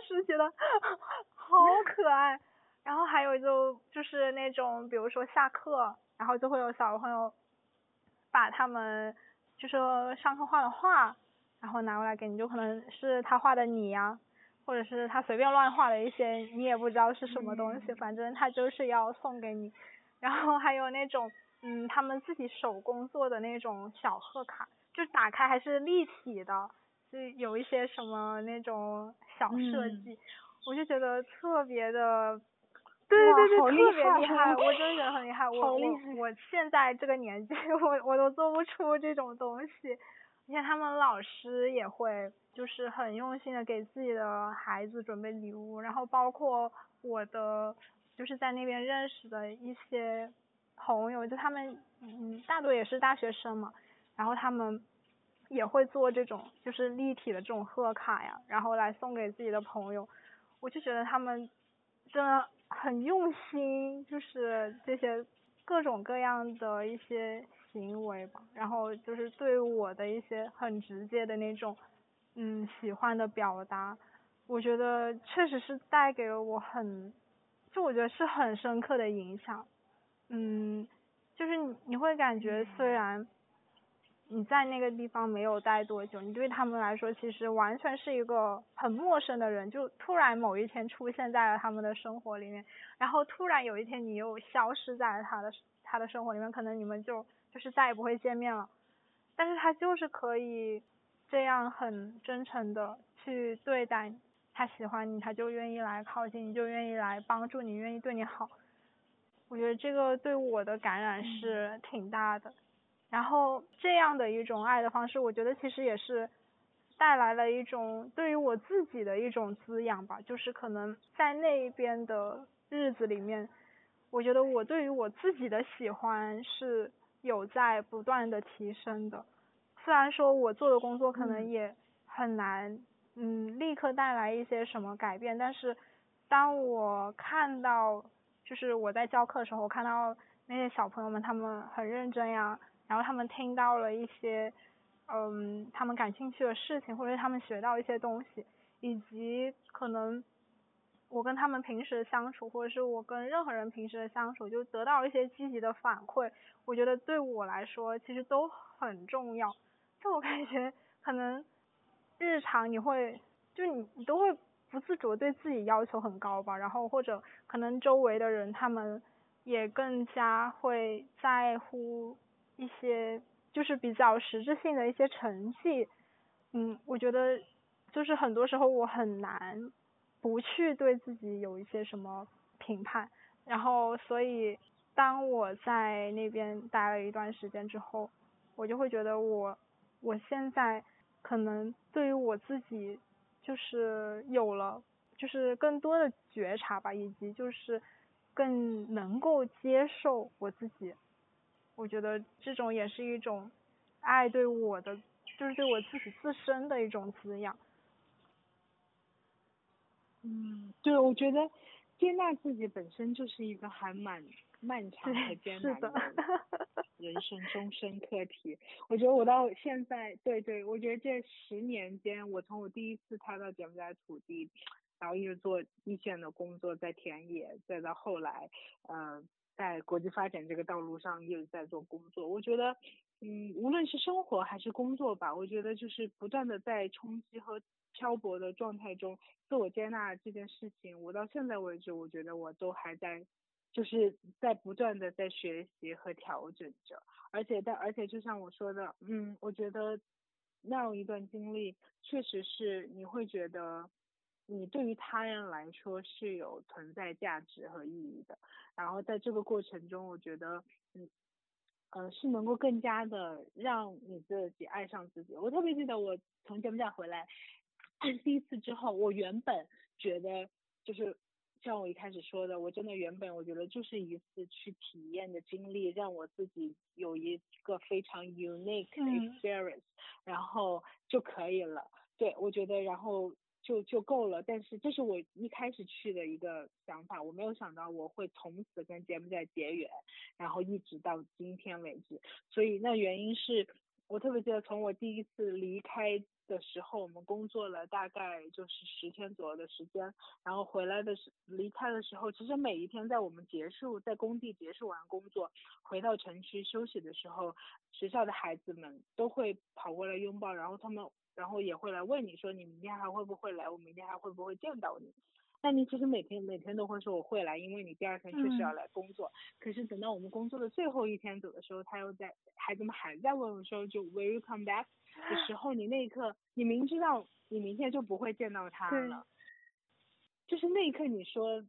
时觉得好可爱。然后还有就就是那种比如说下课，然后就会有小朋友把他们就是上课画的画然后拿过来给你，就可能是他画的你呀，或者是他随便乱画的一些你也不知道是什么东西，反正他就是要送给你。然后还有那种嗯他们自己手工做的那种小贺卡，就打开还是立体的，就有一些什么那种小设计、嗯、我就觉得特别的对对对特别厉害，我真的觉得很厉害。我我我现在这个年纪我我都做不出这种东西。而且他们老师也会就是很用心的给自己的孩子准备礼物，然后包括我的就是在那边认识的一些朋友，就他们嗯大多也是大学生嘛，然后他们也会做这种就是立体的这种贺卡呀，然后来送给自己的朋友。我就觉得他们真的很用心，就是这些各种各样的一些行为吧，然后就是对我的一些很直接的那种嗯喜欢的表达，我觉得确实是带给了我很就我觉得是很深刻的影响。嗯就是你你会感觉虽然你在那个地方没有待多久，你对他们来说其实完全是一个很陌生的人，就突然某一天出现在了他们的生活里面，然后突然有一天你又消失在了他的他的生活里面，可能你们就就是再也不会见面了，但是他就是可以这样很真诚的去对待你，他喜欢你，他就愿意来靠近你，就愿意来帮助你，愿意对你好。我觉得这个对我的感染是挺大的。然后这样的一种爱的方式，我觉得其实也是带来了一种对于我自己的一种滋养吧，就是可能在那边的日子里面，我觉得我对于我自己的喜欢是有在不断的提升的。虽然说我做的工作可能也很难嗯立刻带来一些什么改变，但是当我看到就是我在教课的时候，我看到那些小朋友们他们很认真呀，然后他们听到了一些嗯他们感兴趣的事情，或者他们学到一些东西，以及可能我跟他们平时的相处，或者是我跟任何人平时的相处，就得到一些积极的反馈，我觉得对我来说其实都很重要。就我感觉可能日常你会就你你都会不自主对自己要求很高吧，然后或者可能周围的人他们也更加会在乎一些就是比较实质性的一些成绩。嗯我觉得就是很多时候我很难不去对自己有一些什么评判，然后所以当我在那边待了一段时间之后，我就会觉得我我现在可能对于我自己就是有了就是更多的觉察吧，以及就是更能够接受我自己。我觉得这种也是一种爱对我的就是对我自己自身的一种滋养。 嗯，对，我觉得接纳自己本身就是一个还蛮漫长和艰难的人生终身课题。我觉得我到现在，对对，我觉得这十年间，我从我第一次踏到柬埔寨土地，然后一直做一线的工作，在田野，再到后来，呃，在国际发展这个道路上一直在做工作。我觉得，嗯，无论是生活还是工作吧，我觉得就是不断的在冲击和漂泊的状态中，自我接纳这件事情，我到现在为止，我觉得我都还在，就是在不断的在学习和调整着。而且但而且就像我说的，嗯，我觉得那样一段经历，确实是你会觉得你对于他人来说是有存在价值和意义的。然后在这个过程中，我觉得嗯呃是能够更加的让你自己爱上自己。我特别记得我从柬埔寨回来第一次之后，我原本觉得就是像我一开始说的，我真的原本我觉得就是一次去体验的经历，让我自己有一个非常 unique experience、嗯、然后就可以了。对，我觉得然后就就够了。但是这是我一开始去的一个想法，我没有想到我会从此跟柬埔寨结缘，然后一直到今天为止。所以那原因是我特别记得从我第一次离开的时候，我们工作了大概就是十天左右的时间，然后回来的时离开的时候，其实每一天在我们结束在工地结束完工作，回到城区休息的时候，学校的孩子们都会跑过来拥抱，然后他们然后也会来问你说你明天还会不会来，我明天还会不会见到你。那你其实每天每天都会说我会来，因为你第二天确实要来工作。嗯、可是等到我们工作的最后一天走的时候，他又在孩子们还在问我说就 Will you come back 的时候，你那一刻你明知道你明天就不会见到他了，就是那一刻你说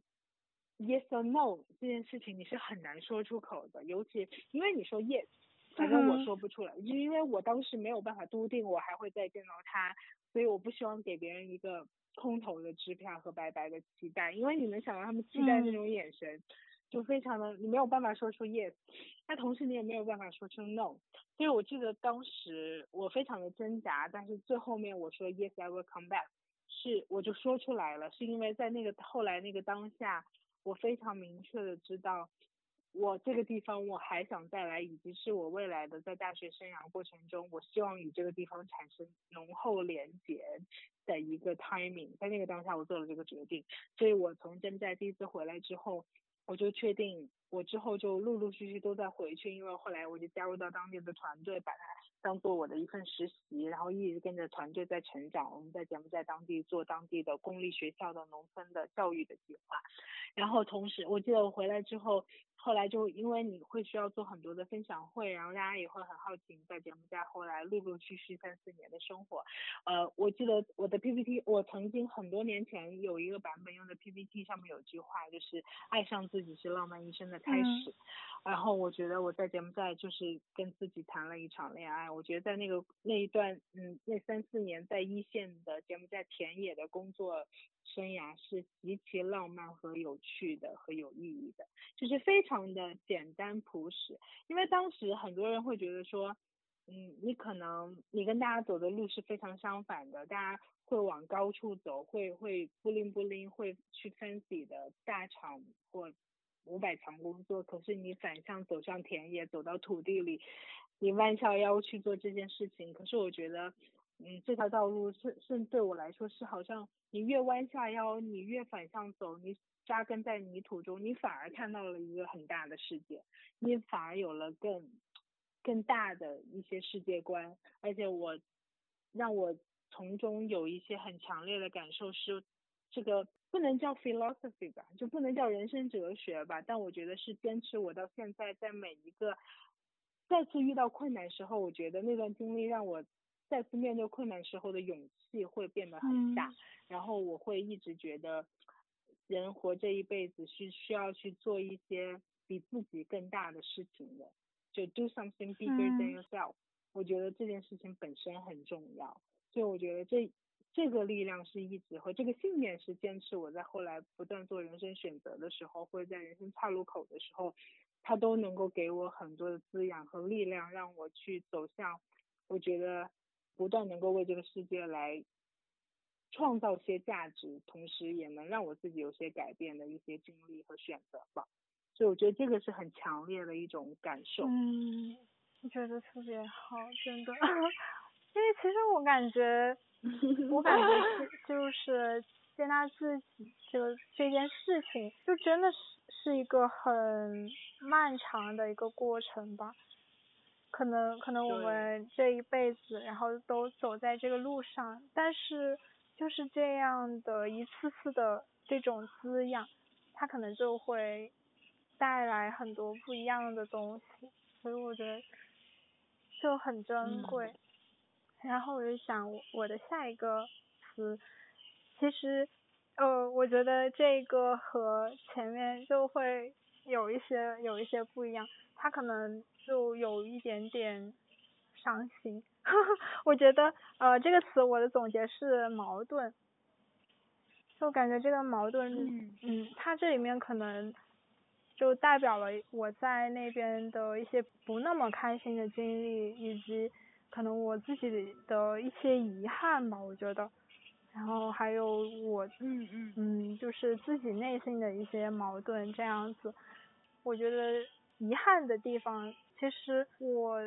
yes or no 这件事情你是很难说出口的，尤其因为你说 yes， 反正我说不出来，嗯、因为我当时没有办法笃定我还会再见到他，所以我不希望给别人一个空头的支票和白白的期待，因为你能想到他们期待那种眼神，嗯、就非常的你没有办法说出 yes， 那同时你也没有办法说出 no， 所以我记得当时我非常的挣扎，但是最后面我说 yes I will come back， 是我就说出来了，是因为在那个后来那个当下，我非常明确的知道我这个地方我还想再来，以及是我未来的在大学生涯过程中我希望与这个地方产生浓厚连结的一个 timing， 在那个当下我做了这个决定，所以我从柬埔寨第一次回来之后，我就确定我之后就陆陆续续都在回去，因为后来我就加入到当地的团队，把它当做我的一份实习，然后一直跟着团队在成长，我们在柬埔寨当地做当地的公立学校的农村的教育的计划，然后同时我记得我回来之后，后来就因为你会需要做很多的分享会，然后大家也会很好奇你在柬埔寨后来陆陆续续三四年的生活。呃，我记得我的 P P T， 我曾经很多年前有一个版本用的 P P T 上面有句话，就是爱上自己是浪漫一生的开始。嗯、然后我觉得我在柬埔寨就是跟自己谈了一场恋爱。我觉得在那个那一段嗯那三四年在一线的柬埔寨田野的工作生涯是极其浪漫和有趣的和有意义的，就是非常的简单朴实。因为当时很多人会觉得说嗯，你可能你跟大家走的路是非常相反的，大家会往高处走，会会不灵不灵，会去 fancy 的大厂或五百强工作，可是你反向走向田野，走到土地里，你弯下腰去做这件事情。可是我觉得嗯，这条道路是是对我来说是好像你越弯下腰，你越反向走，你扎根在泥土中，你反而看到了一个很大的世界，你反而有了更更大的一些世界观。而且我让我从中有一些很强烈的感受是，这个不能叫 philosophy 吧，就不能叫人生哲学吧，但我觉得是坚持我到现在，在每一个再次遇到困难时候，我觉得那段经历让我再次面对困难时候的勇气会变得很大，嗯、然后我会一直觉得人活这一辈子是需要去做一些比自己更大的事情的，就 do something bigger than yourself，嗯、我觉得这件事情本身很重要，所以我觉得这这个力量是一直和这个信念是坚持我在后来不断做人生选择的时候，或者在人生岔路口的时候，它都能够给我很多的滋养和力量，让我去走向我觉得不断能够为这个世界来创造些价值，同时也能让我自己有些改变的一些经历和选择吧。所以我觉得这个是很强烈的一种感受。 嗯，我觉得特别好，真的。因为其实我感觉，我感觉就是接纳自己这个这件事情，就真的是是一个很漫长的一个过程吧。可能可能我们这一辈子，然后都走在这个路上，但是就是这样的一次次的这种滋养，它可能就会带来很多不一样的东西，所以我觉得就很珍贵。嗯、然后我就想我的下一个词，其实呃，我觉得这个和前面就会有一些有一些不一样，它可能就有一点点伤心。我觉得呃这个词我的总结是矛盾，就感觉这个矛盾，嗯嗯，它这里面可能就代表了我在那边的一些不那么开心的经历，以及可能我自己的一些遗憾吧，我觉得，然后还有我嗯嗯嗯就是自己内心的一些矛盾这样子。我觉得遗憾的地方，其实我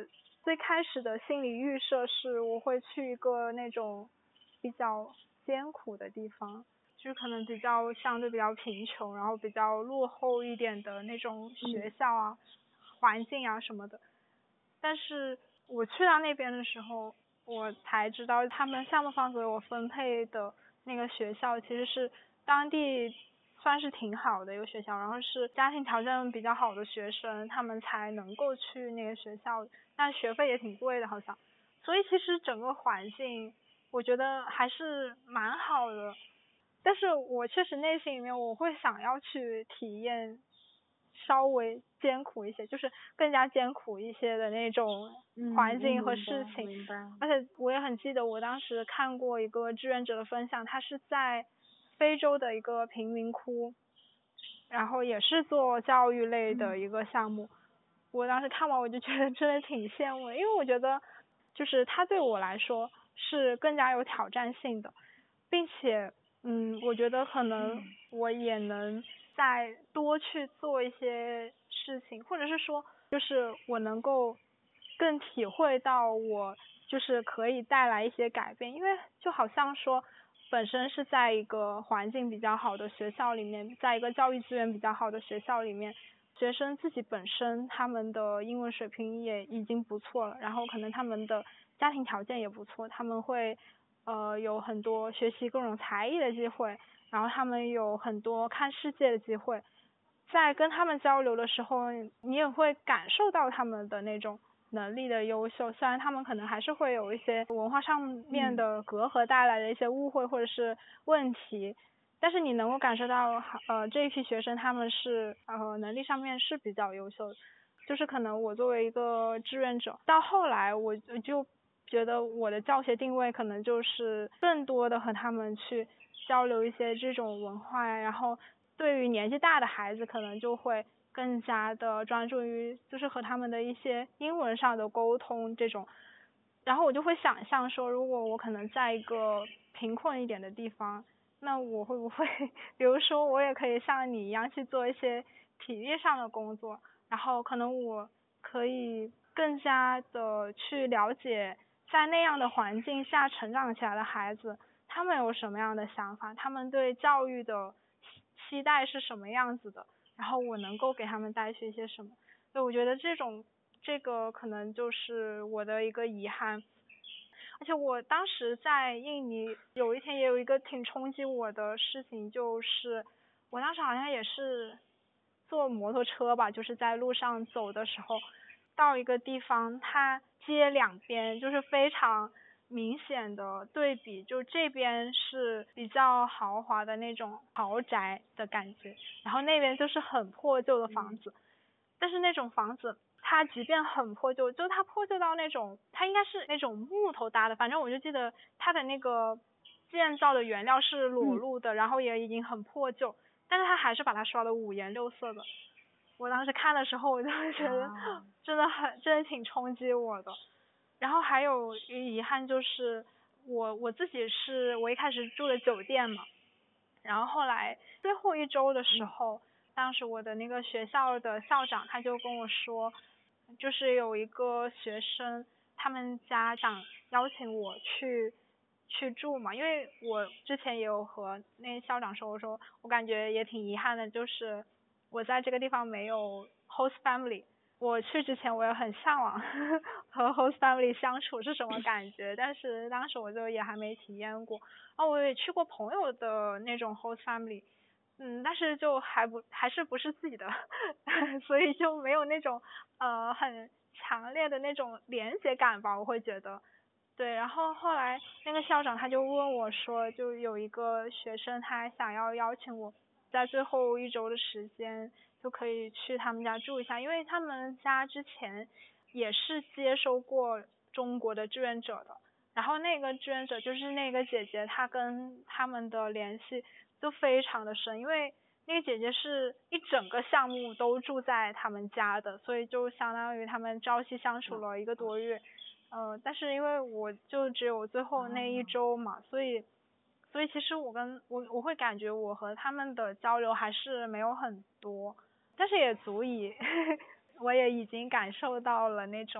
最开始的心理预设是我会去一个那种比较艰苦的地方，就是可能比较相对比较贫穷，然后比较落后一点的那种学校啊、嗯、环境啊什么的。但是我去到那边的时候，我才知道他们项目方给我分配的那个学校其实是当地算是挺好的一个学校，然后是家庭条件比较好的学生他们才能够去那个学校，但学费也挺贵的好像。所以其实整个环境我觉得还是蛮好的，但是我确实内心里面我会想要去体验稍微艰苦一些，就是更加艰苦一些的那种环境和事情、 嗯、明白。 而且我也很记得我当时看过一个志愿者的分享，他是在非洲的一个贫民窟，然后也是做教育类的一个项目、嗯、我当时看完我就觉得真的挺羡慕的，因为我觉得就是他对我来说是更加有挑战性的，并且嗯，我觉得可能我也能再多去做一些事情，或者是说就是我能够更体会到我就是可以带来一些改变，因为就好像说本身是在一个环境比较好的学校里面，在一个教育资源比较好的学校里面，学生自己本身他们的英文水平也已经不错了，然后可能他们的家庭条件也不错，他们会呃有很多学习各种才艺的机会，然后他们有很多看世界的机会，在跟他们交流的时候你也会感受到他们的那种能力的优秀，虽然他们可能还是会有一些文化上面的隔阂带来的一些误会或者是问题、嗯、但是你能够感受到呃这一批学生他们是呃能力上面是比较优秀的，就是可能我作为一个志愿者到后来我就觉得我的教学定位可能就是更多的和他们去交流一些这种文化呀，然后对于年纪大的孩子可能就会更加的专注于就是和他们的一些英文上的沟通这种，然后我就会想象说如果我可能在一个贫困一点的地方，那我会不会比如说我也可以像你一样去做一些体力上的工作，然后可能我可以更加的去了解在那样的环境下成长起来的孩子他们有什么样的想法，他们对教育的期待是什么样子的，然后我能够给他们带去一些什么，所以我觉得这种这个可能就是我的一个遗憾。而且我当时在印尼有一天也有一个挺冲击我的事情，就是我当时好像也是坐摩托车吧，就是在路上走的时候到一个地方，它街两边就是非常明显的对比，就这边是比较豪华的那种豪宅的感觉，然后那边就是很破旧的房子、嗯、但是那种房子它即便很破旧，就它破旧到那种它应该是那种木头搭的，反正我就记得它的那个建造的原料是裸露的、嗯、然后也已经很破旧，但是它还是把它刷的五颜六色的。我当时看的时候我就会觉得真的很真的挺冲击我的。然后还有一个遗憾就是我我自己是我一开始住的酒店嘛，然后后来最后一周的时候、嗯、当时我的那个学校的校长他就跟我说，就是有一个学生他们家长邀请我去去住嘛，因为我之前也有和那校长说，我说我感觉也挺遗憾的，就是我在这个地方没有 host family， 我去之前我也很向往呵呵和 host family 相处是什么感觉，但是当时我就也还没体验过。哦，我也去过朋友的那种 host family， 嗯，但是就还不还是不是自己的所以就没有那种呃很强烈的那种连结感吧，我会觉得。对，然后后来那个校长他就问我说，就有一个学生他想要邀请我在最后一周的时间就可以去他们家住一下，因为他们家之前也是接收过中国的志愿者的，然后那个志愿者就是那个姐姐，她跟他们的联系就非常的深，因为那个姐姐是一整个项目都住在他们家的，所以就相当于他们朝夕相处了一个多月。呃，但是因为我就只有最后那一周嘛，所以所以其实我跟我我会感觉我和他们的交流还是没有很多，但是也足以我也已经感受到了那种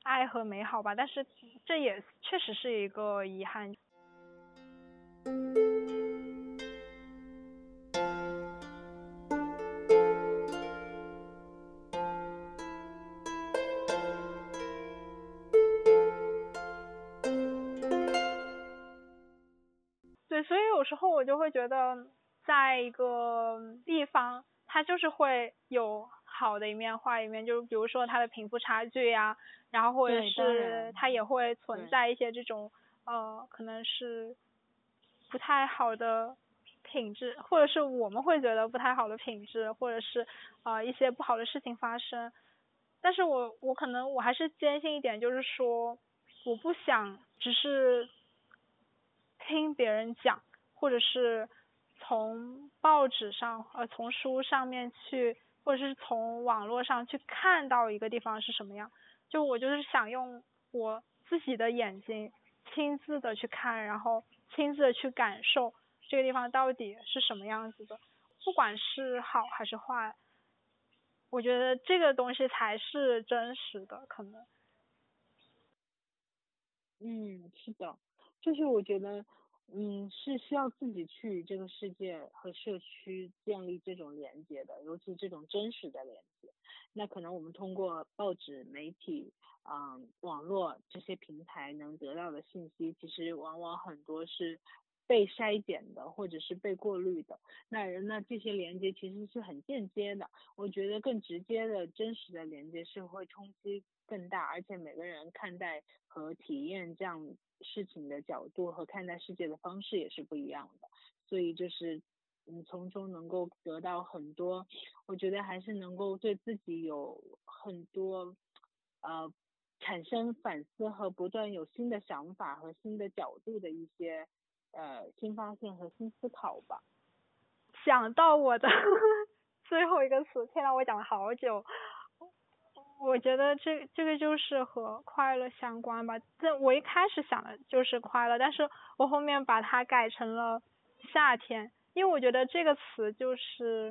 爱和美好吧，但是这也确实是一个遗憾。对，所以有时候我就会觉得在一个地方它就是会有好的一面坏一面，就比如说它的贫富差距呀，然后或者是它也会存在一些这种呃可能是不太好的品质，或者是我们会觉得不太好的品质，或者是呃一些不好的事情发生。但是我我可能我还是坚信一点，就是说我不想只是听别人讲，或者是从报纸上呃从书上面去，或者是从网络上去看到一个地方是什么样，就我就是想用我自己的眼睛亲自的去看，然后亲自的去感受这个地方到底是什么样子的，不管是好还是坏，我觉得这个东西才是真实的可能。 嗯，是的，就是我觉得，嗯，是需要自己去与这个世界和社区建立这种连接的，尤其这种真实的连接。那可能我们通过报纸、媒体、嗯，网络这些平台能得到的信息，其实往往很多是被筛减的，或者是被过滤的。那那这些连接其实是很间接的，我觉得更直接的真实的连接是会冲击更大，而且每个人看待和体验这样事情的角度和看待世界的方式也是不一样的，所以就是嗯从中能够得到很多，我觉得还是能够对自己有很多呃产生反思和不断有新的想法和新的角度的一些呃新发现和新思考吧。 想到我的最后一个词，天呐，我讲了好久。我觉得这这个就是和快乐相关吧。这我一开始想的就是快乐，但是我后面把它改成了夏天，因为我觉得这个词就是，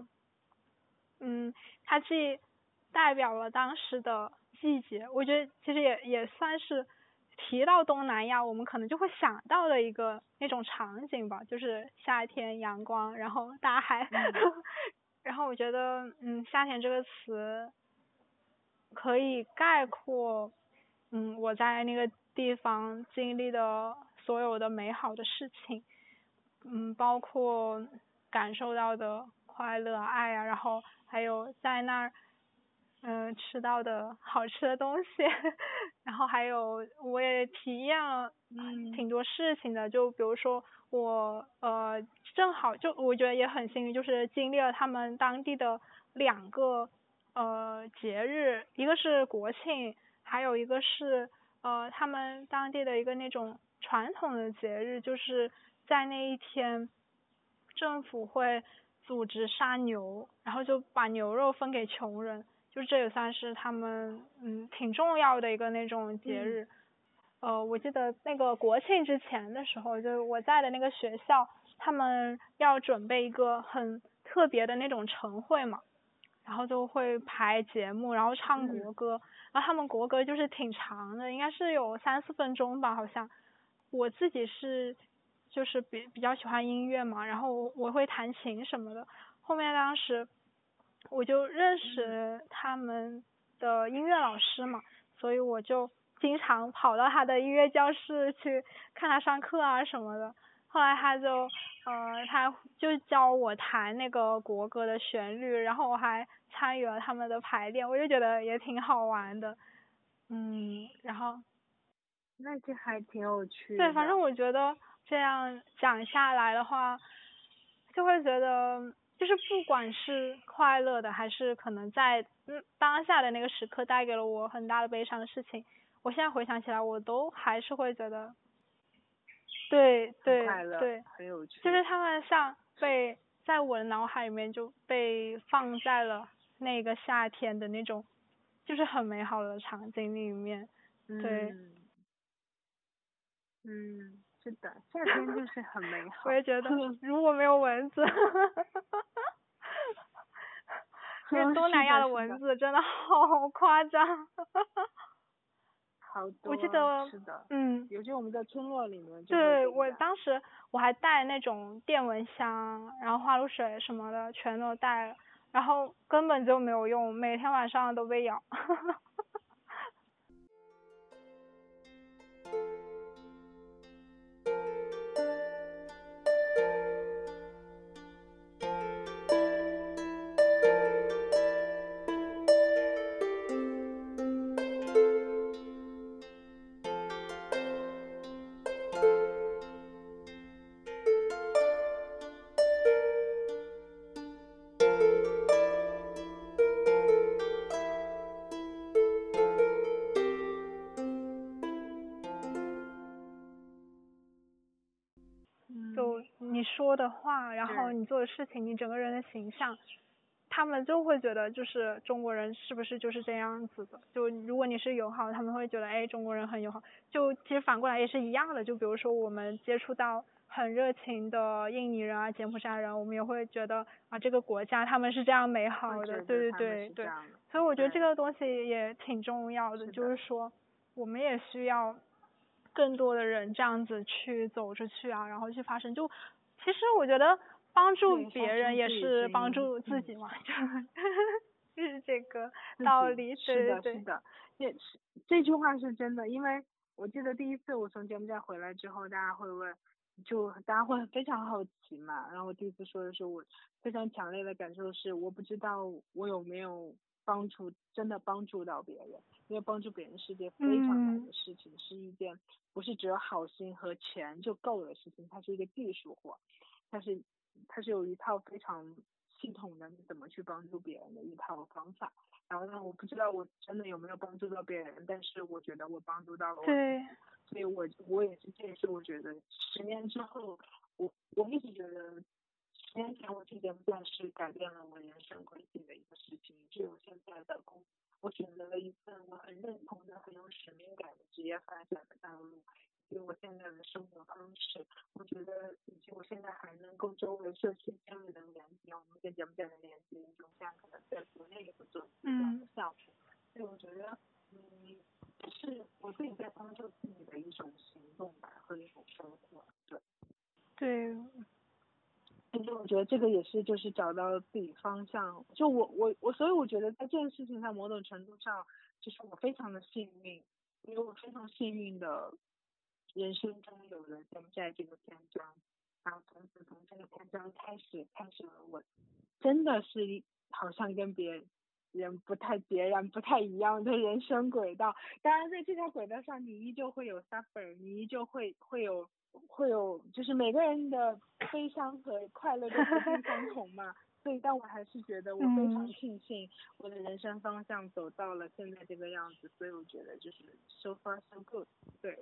嗯，它既代表了当时的季节，我觉得其实也也算是提到东南亚，我们可能就会想到的一个那种场景吧，就是夏天阳光，然后大海， 嗯然后我觉得，嗯，夏天这个词可以概括，嗯，我在那个地方经历的所有的美好的事情，嗯，包括感受到的快乐、爱啊，然后还有在那儿，嗯、呃，吃到的好吃的东西，然后还有我也体验了挺多事情的，就比如说我呃正好就我觉得也很幸运，就是经历了他们当地的两个呃节日，一个是国庆，还有一个是呃他们当地的一个那种传统的节日，就是在那一天政府会组织杀牛，然后就把牛肉分给穷人，就这也算是他们嗯挺重要的一个那种节日。嗯、呃，我记得那个国庆之前的时候，就是我在的那个学校，他们要准备一个很特别的那种晨会嘛，然后就会排节目，然后唱国歌，嗯、然后他们国歌就是挺长的，应该是有三四分钟吧，好像。我自己是就是比比较喜欢音乐嘛，然后我我会弹琴什么的。后面当时我就认识他们的音乐老师嘛，所以我就经常跑到他的音乐教室去看他上课啊什么的。后来他就呃他就教我弹那个国歌的旋律，然后我还参与了他们的排练，我就觉得也挺好玩的。嗯，然后那这还挺有趣的。 对，反正我觉得这样讲下来的话，就会觉得就是不管是快乐的，还是可能在嗯当下的那个时刻带给了我很大的悲伤的事情，我现在回想起来，我都还是会觉得，对对对， 很有趣， 就是他们像被在我的脑海里面就被放在了那个夏天的那种，就是很美好的场景里面，对。 嗯嗯，是的，夏天就是很美好。 我也觉得，如果没有蚊子，因为东南亚的蚊子真的好夸张。 好多， 我记得， 是的， 嗯， 尤其我们在村落里面就会对， 这样。 我当时尤其我们在村落里面就会对， 这样。 我当时我还带那种电蚊香，然后花露水什么的全都带了，然后根本就没有用，每天晚上都被咬。就你说的话，然后你做的事情，你整个人的形象，他们就会觉得就是中国人是不是就是这样子的？就如果你是友好，他们会觉得哎中国人很友好。就其实反过来也是一样的，就比如说我们接触到很热情的印尼人啊、柬埔寨人，我们也会觉得啊这个国家他们是这样美好的，对对对对。所以我觉得这个东西也挺重要的，就是说我们也需要更多的人这样子去走出去啊，然后去发声。就其实我觉得帮助别人也是帮助自己嘛，就就是这个道理。 是的， 对是的，也是这句话是真的。因为我记得第一次我从柬埔寨回来之后，大家会问，就大家会非常好奇嘛。然后我第一次说的时候，我非常强烈的感受是，我不知道我有没有帮助，真的帮助到别人。因为帮助别人是件非常难的事情，嗯、是一件不是只有好心和钱就够的事情，它是一个技术活，它是它是有一套非常系统的你怎么去帮助别人的一套方法。然后呢，我不知道我真的有没有帮助到别人，但是我觉得我帮助到了我自己。所以我我也是，这也是我觉得十年之后，我我一直觉得十年前我去柬埔寨是改变了我人生轨迹的一个事情，是我现在的工。我选择了一份我很认同的、很有使命感的职业发展的道路，以及我现在的生活方式，我觉得以及我现在还能够周围社区这样的连接，我们跟柬埔寨的连接，一种像可能在国内也不做这样的项目，所以我觉得，嗯，是我自己在帮助自己的一种行动吧，和一种生活，对。 对。 其实我觉得这个也是，就是找到自己方向。就我我我，所以我觉得在这件事情上，某种程度上，就是我非常的幸运，因为我非常幸运的人生中有了柬埔寨这个篇章，然后从此从这个篇章开始，开始了我真的是好像跟别人不太截然不太一样的人生轨道。当然，在这条轨道上，你依旧会有 suffer， 你依旧会会有。会有，就是每个人的悲伤和快乐都不尽相同嘛，所以但我还是觉得我非常庆幸我的人生方向走到了现在这个样子，所以我觉得就是 so far so good， 对。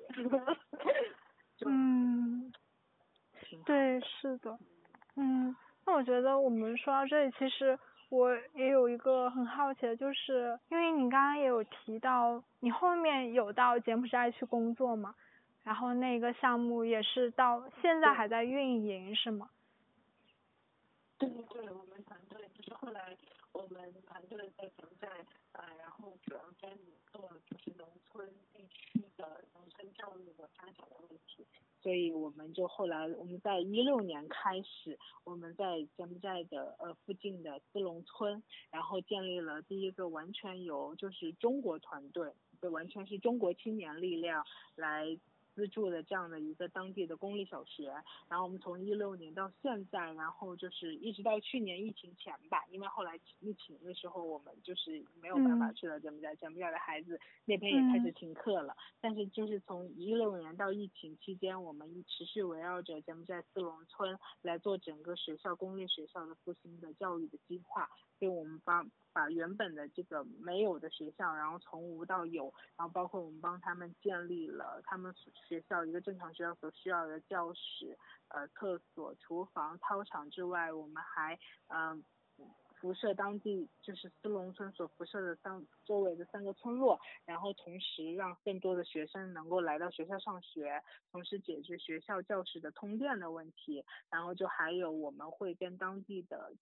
嗯，对，是的。嗯，那我觉得我们说到这里，其实我也有一个很好奇的，就是因为你刚刚也有提到你后面有到柬埔寨去工作嘛，然后那个项目也是到现在还在运营是吗？ 对对对，我们团队就是后来我们团队在柬埔寨啊，然后主要专门做就是农村地区的农村教育的发展的问题，所以我们就后来我们在一六年开始，我们在柬埔寨的呃附近的斯隆村，然后建立了第一个完全由就是中国团队，就完全是中国青年力量来资助的这样的一个当地的公立小学。然后我们从一六年到现在，然后就是一直到去年疫情前吧，因为后来疫情的时候我们就是没有办法去了柬埔寨，柬埔寨的孩子那边也开始停课了，但是就是从一六年到疫情期间，我们持续围绕着柬埔寨斯隆村来做整个学校公立学校的复兴的教育的计划，所以我们把把原本的这个没有的学校，然后从无到有，然后包括我们帮他们建立了他们学校一个正常学校所需要的教室、呃厕所、厨房、操场之外，我们还嗯、呃、辐射当地就是斯隆村所辐射的三周围的三个村落，然后同时让更多的学生能够来到学校上学，同时解决学校教室的通电的问题，然后就还有我们会跟当地的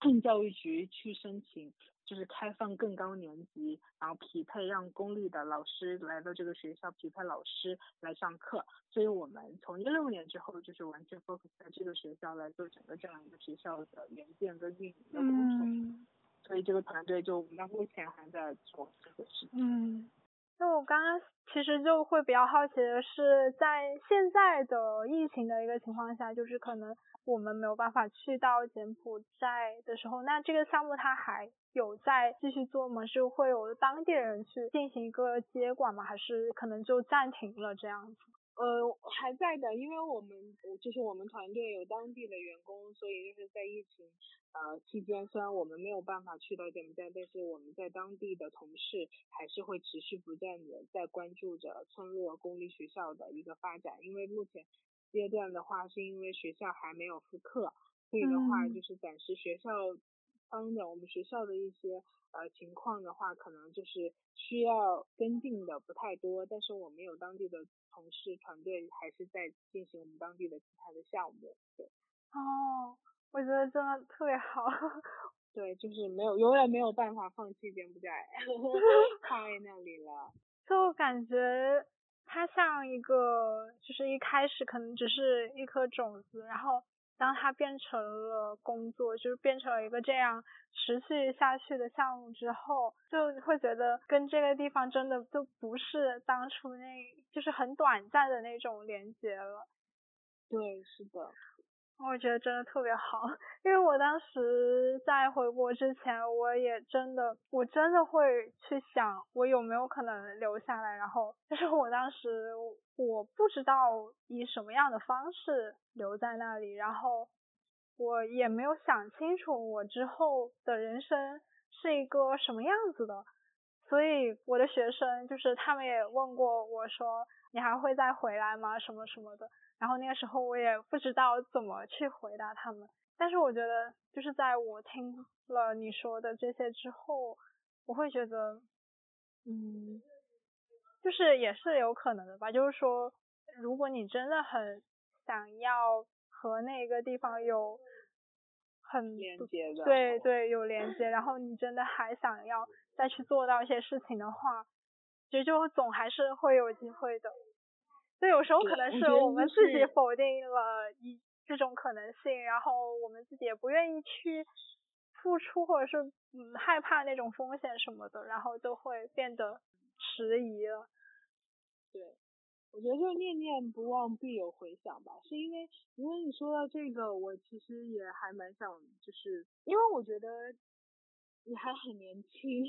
教育局去申请，就是开放更高年级，然后匹配让公立的老师来到这个学校匹配老师来上课，所以我们从一六年之后就是完全 focus 在这个学校来做整个这样一个学校的原建跟运营的工作。 嗯， 所以这个团队就我们到目前还在做这个事情。 嗯，那我刚刚其实就会比较好奇的是，在现在的疫情的一个情况下，就是可能我们没有办法去到柬埔寨的时候，那这个项目它还有在继续做吗？是会有当地人去进行一个接管吗？还是可能就暂停了这样子？ 呃，还在的，因为我们就是我们团队有当地的员工，所以就是在疫情呃期间，虽然我们没有办法去到柬埔寨，但是我们在当地的同事还是会持续不断的在关注着村落公立学校的一个发展，因为目前阶段的话，是因为学校还没有复课，所以的话就是暂时学校方的我们学校的一些呃情况的话，可能就是需要跟进的不太多，但是我们有当地的同事团队还是在进行我们当地的其他的项目。对， 哦，我觉得真的特别好。 对，就是没有永远没有办法放弃柬埔寨，太那里了。 就感觉它像一个，就是一开始可能只是一颗种子，然后当它变成了工作，就是变成了一个这样持续下去的项目之后，就会觉得跟这个地方真的就不是当初那就是很短暂的那种连接了。 对，是的。 我觉得真的特别好，因为我当时在回国之前，我也真的，我真的会去想，我有没有可能留下来，然后，但是我当时我不知道以什么样的方式留在那里，然后我也没有想清楚我之后的人生是一个什么样子的，所以我的学生就是他们也问过我说，你还会再回来吗？什么什么的。然后那个时候我也不知道怎么去回答他们，但是我觉得就是在我听了你说的这些之后，我会觉得，嗯，就是也是有可能的吧，就是说，如果你真的很想要和那个地方有很连接的， 对对有连接，然后你真的还想要再去做到一些事情的话，其实就总还是会有机会的。所以有时候可能是我们自己否定了一这种可能性，然后我们自己也不愿意去付出，或者是嗯害怕那种风险什么的，然后就会变得迟疑了。 对，我觉得就是念念不忘必有回响吧，是因为因为你说到这个，我其实也还蛮想，就是因为我觉得你还很年轻，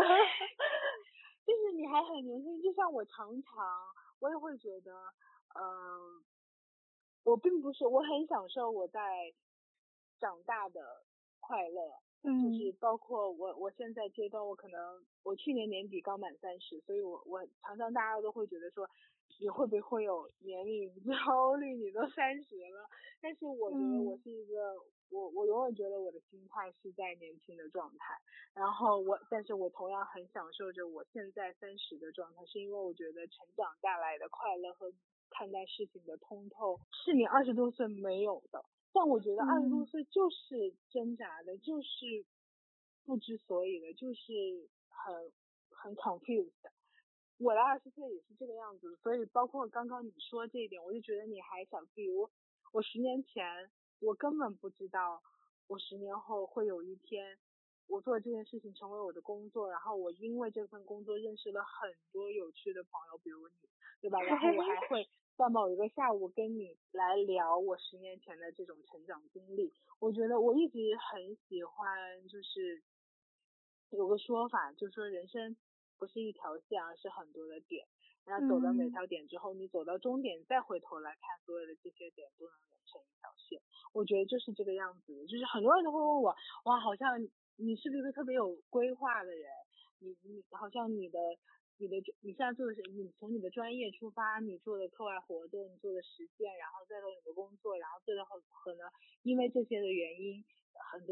就是你还很年轻，就像我常常我也会觉得，嗯、呃，我并不是我很享受我在长大的快乐。 嗯， 就是包括我，我现在阶段，我可能我去年年底刚满三十，所以我我常常大家都会觉得说，你会不会有年龄焦虑？你都三十了，但是我觉得我是一个，嗯、我我永远觉得我的心态是在年轻的状态，然后我，但是我同样很享受着我现在三十的状态，是因为我觉得成长带来的快乐和看待事情的通透是你二十多岁没有的。但我觉得二十多岁就是挣扎的，嗯、就是不知所以的，就是很很 confused 的。我的二十岁也是这个样子，所以包括刚刚你说这一点，我就觉得你还想，比如我十年前，我根本不知道我十年后会有一天，我做这件事情成为我的工作，然后我因为这份工作认识了很多有趣的朋友，比如你，对吧？然后我还会在某一个下午跟你来聊我十年前的这种成长经历。我觉得我一直很喜欢，就是有个说法，就是说人生不是一条线，而是很多的点。然后走到每条点之后，嗯、你走到终点，再回头来看所有的这些点都能连成一条线。我觉得就是这个样子的，就是很多人都会问我，哇，好像你是不是一个特别有规划的人？你你好像你的你的你现在做的是你从你的专业出发，你做的课外活动，你做的实践，然后再到你的工作，然后最后可能因为这些的原因，很多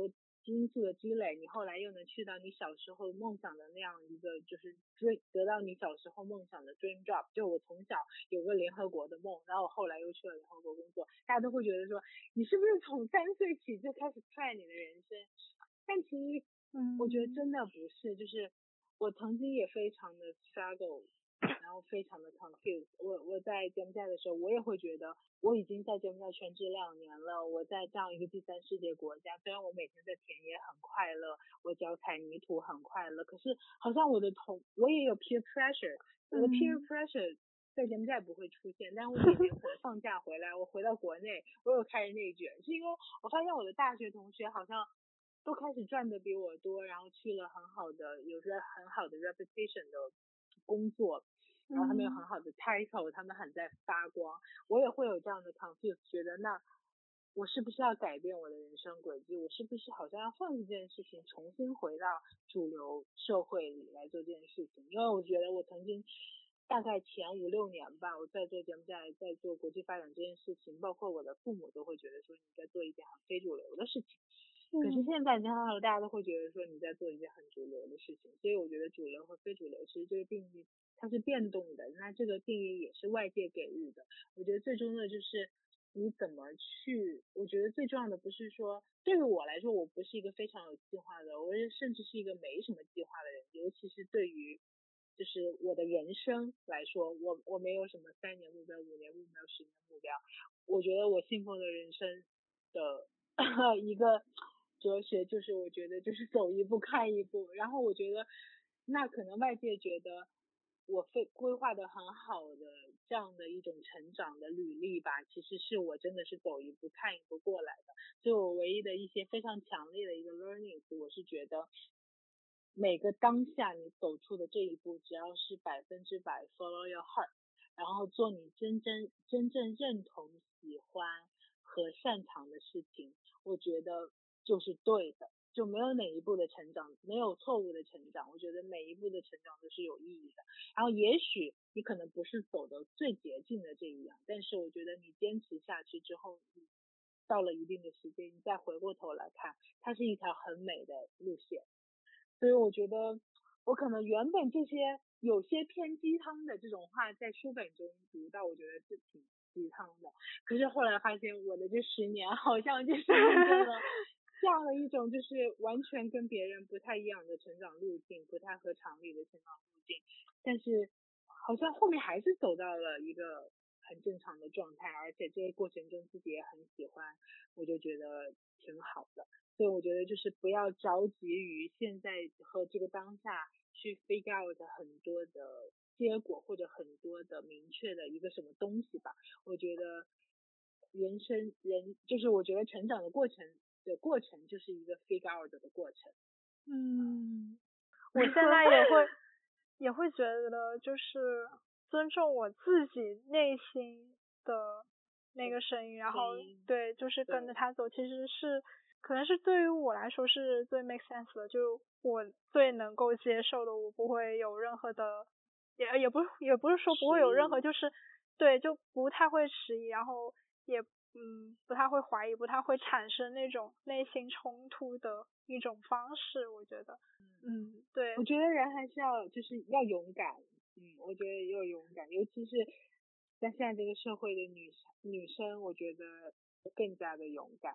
因素的积累，你后来又能去到你小时候梦想的那样一个，就是追得到你小时候梦想的 dream job。就我从小有个联合国的梦，然后我后来又去了联合国工作，大家都会觉得说你是不是从三岁起就开始 plan 你的人生？但其实我觉得真的不是，就是我曾经也非常的 struggle， 然后非常的 confused。我我在柬埔寨的时候，我也会觉得我已经在柬埔寨全职两年了，我在这样一个第三世界国家，虽然我每天在田野很快乐，我脚踩泥土很快乐，可是好像我的同我也有 peer pressure， 我的 peer pressure 在柬埔寨不会出现，但我每年可能放假回来，我回到国内，我有开始内卷，是因为我发现我的大学同学好像都开始赚的比我多，然后去了很好的有着很好的 reputation 的工作，然后他们有很好的 title， 他们很在发光。我也会有这样的 confuse， 觉得那我是不是要改变我的人生轨迹？我是不是好像要换一件事情，重新回到主流社会里来做这件事情？因为我觉得我曾经大概前五六年吧，我在做柬埔寨，在做国际发展这件事情，包括我的父母都会觉得说你在做一件很非主流的事情。可是现在大家都会觉得说你在做一件很主流的事情，所以我觉得主流和非主流其实这个定义它是变动的，那这个定义也是外界给予的。我觉得最终的就是你怎么去，我觉得最重要的不是说，对于我来说我不是一个非常有计划的，我甚至是一个没什么计划的人，尤其是对于就是我的人生来说，我我没有什么三年目标、五年目标、十年目标。我觉得我信奉的人生的一个哲学就是我觉得就是走一步看一步，然后我觉得那可能外界觉得我非规划的很好的这样的一种成长的履历吧，其实是我真的是走一步看一步过来的。所以我唯一的一些非常强烈的一个 learning， 我是觉得每个当下你走出的这一步，只要是百分之百 follow your heart， 然后做你真正真正认同、喜欢和擅长的事情，我觉得就是对的，就没有哪一步的成长没有错误的成长，我觉得每一步的成长都是有意义的。然后也许你可能不是走的最捷径的这一样，但是我觉得你坚持下去之后，你到了一定的时间，你再回过头来看，它是一条很美的路线。所以我觉得我可能原本这些有些偏鸡汤的这种话在书本中读到，我觉得是挺鸡汤的，可是后来发现我的这十年好像就是印证了这样的一种就是完全跟别人不太一样的成长路径，不太合常理的成长路径，但是好像后面还是走到了一个很正常的状态，而且这个过程中自己也很喜欢，我就觉得挺好的。所以我觉得就是不要着急于现在和这个当下去 figure out 很多的结果或者很多的明确的一个什么东西吧。我觉得人生人就是我觉得成长的过程的过程就是一个 figure out 的过程。 嗯，我现在也会也会觉得就是尊重我自己内心的那个声音，然后对就是跟着他走，其实是可能是对于我来说是最 make sense 的，就我最能够接受的，我不会有任何的也也不是也不是说不会有任何就是对就不太会迟疑，然后也嗯不太会怀疑，不太会产生那种内心冲突的一种方式，我觉得嗯对， 我觉得人还是要就是要勇敢，嗯我觉得要勇敢，尤其是在现在这个社会的女女生，我觉得更加的勇敢。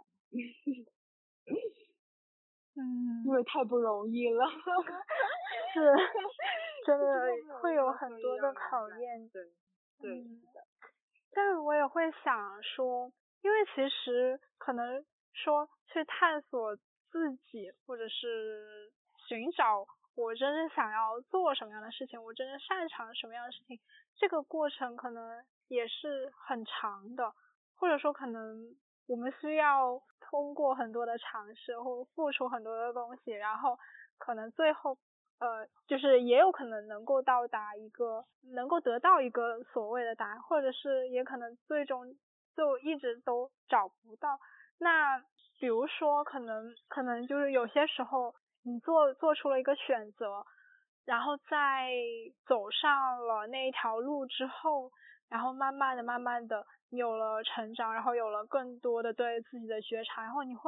嗯， 因为太不容易了。 是真的会有很多的考验。 对对、 嗯、但是我也会想说，因为其实可能说去探索自己或者是寻找我真正想要做什么样的事情，我真正擅长什么样的事情，这个过程可能也是很长的，或者说可能我们需要通过很多的尝试或付出很多的东西，然后可能最后呃就是也有可能能够到达一个能够得到一个所谓的答案，或者是也可能最终就一直都找不到。那比如说可能可能就是有些时候你做做出了一个选择，然后在走上了那一条路之后，然后慢慢的慢慢的你有了成长，然后有了更多的对自己的觉察，然后你会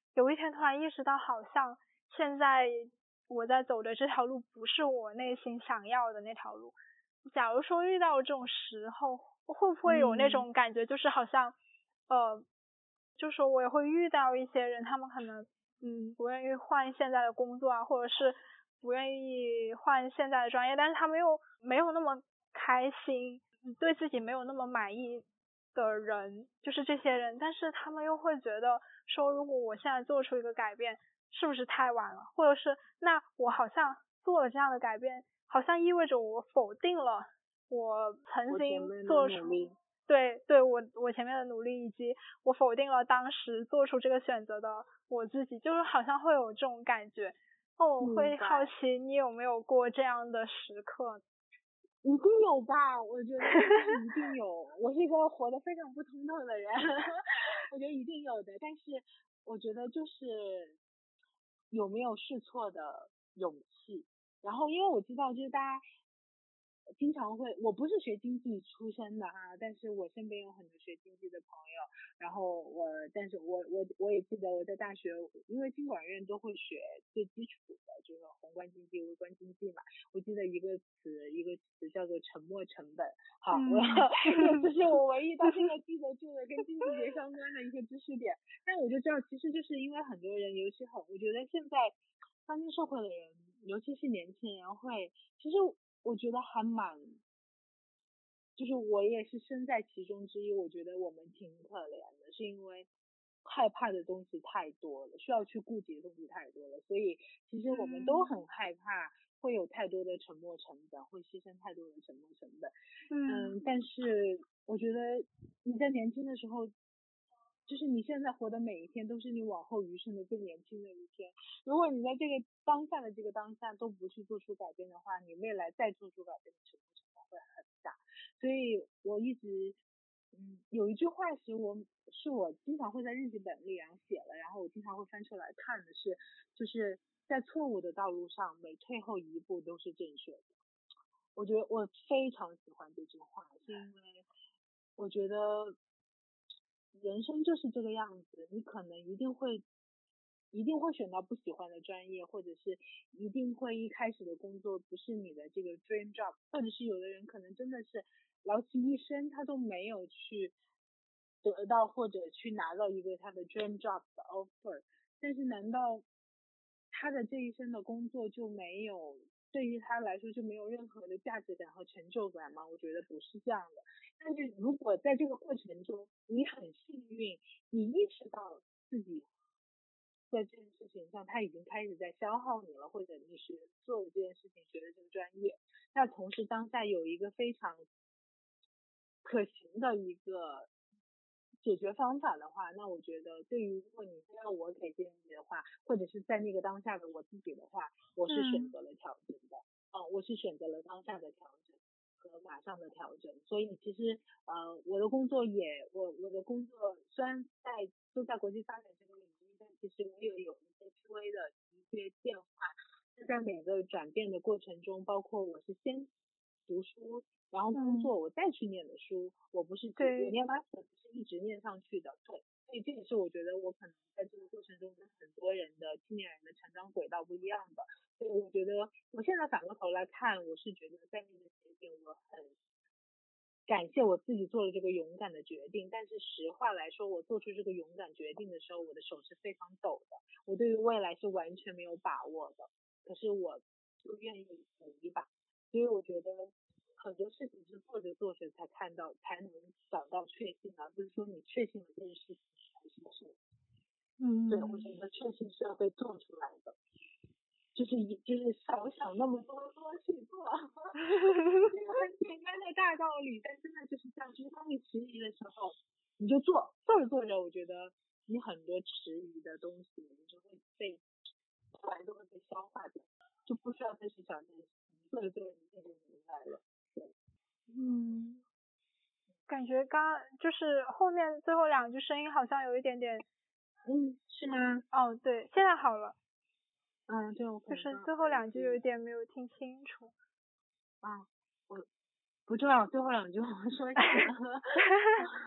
有一天突然意识到，好像现在我在走的这条路不是我内心想要的那条路。假如说遇到这种时候，会不会有那种感觉，就是好像、嗯、呃，就说我也会遇到一些人，他们可能嗯不愿意换现在的工作啊，或者是不愿意换现在的专业，但是他们又没有那么开心，对自己没有那么满意的人，就是这些人，但是他们又会觉得说，如果我现在做出一个改变，是不是太晚了？或者是那我好像做了这样的改变，好像意味着我否定了我曾经做出对对我我前面的努力，以及我否定了当时做出这个选择的我自己，就是好像会有这种感觉。那我会好奇你有没有过这样的时刻？ 一定有吧，我觉得就是一定有。我是一个活得非常不通透的人，我觉得一定有的。但是我觉得就是有没有试错的勇气。然后因为我知道就是大家经常会，我不是学经济出身的哈，但是我身边有很多学经济的朋友，然后我，但是我我我也记得我在大学，因为经管院都会学最基础的，就是宏观经济、微观经济嘛。我记得一个词，一个词叫做沉没成本。好， 嗯、 我这是我唯一到现在记得住的跟经济学相关的一个知识点。但我就知道，其实就是因为很多人，尤其很，我觉得现在当今社会的人，尤其是年轻人会，其实。我觉得还蛮，就是我也是身在其中之一，我觉得我们挺可怜的，是因为害怕的东西太多了，需要去顾及的东西太多了，所以其实我们都很害怕会有太多的沉没成本，会牺牲太多的沉没成本。嗯，但是我觉得你在年轻的时候，就是你现在活的每一天都是你往后余生的最年轻的一天。如果你在这个当下的这个当下都不去做出改变的话，你未来再做出改变的成本会很大。所以我一直，嗯，有一句话是我是我经常会在日记本里然后写了，然后我经常会翻出来看的是，就是在错误的道路上，每退后一步都是正确的。我觉得我非常喜欢这句话，是因为我觉得。人生就是这个样子，你可能一定会一定会选到不喜欢的专业，或者是一定会一开始的工作不是你的这个 dream job， 或者是有的人可能真的是劳其一生他都没有去得到或者去拿到一个他的 dream job 的 offer， 但是难道他的这一生的工作就没有对于他来说就没有任何的价值感和成就感吗？我觉得不是这样的。但是如果在这个过程中你很幸运，你意识到自己在这件事情上他已经开始在消耗你了，或者你是做的这件事情学的这个专业，那同时当下有一个非常可行的一个解决方法的话，那我觉得对于如果你让我给建议的话，或者是在那个当下的我自己的话，我是选择了调整的。嗯、呃，我是选择了当下的调整和马上的调整。所以其实呃我的工作也我我的工作虽然在都在国际发展这个领域，但其实我也有一些轻微的一些变化。在每个转变的过程中，包括我是先读书然后工作，我再去念的书，嗯、我不是我念 master 不是一直念上去的，对，所以这也是我觉得我可能在这个过程中跟很多人的青年人的成长轨道不一样的，所以我觉得我现在反过头来看，我是觉得在那个节点我很感谢我自己做了这个勇敢的决定，但是实话来说，我做出这个勇敢决定的时候，我的手是非常抖的，我对于未来是完全没有把握的，可是我就愿意赌一把，所以我觉得很多事情是做着做着才看到，才能找到确信，而不是说你确信了这件事情才是事。嗯，对，我觉得确信是要被做出来的，就是就是少想那么多，多去做，这个很简单的大道理，但真的就是这样，就是当你迟疑的时候，你就做，做着做着，我觉得你很多迟疑的东西，你就会被后来都会被消化掉，就不需要再去想这些，做着做着你自己明白了。 嗯，感觉刚就是后面最后两句声音好像有一点点， 嗯，是吗？ 哦，对，现在好了。 嗯，对，我就是最后两句有一点没有听清楚。 啊，我不重要，最后两句我说一下。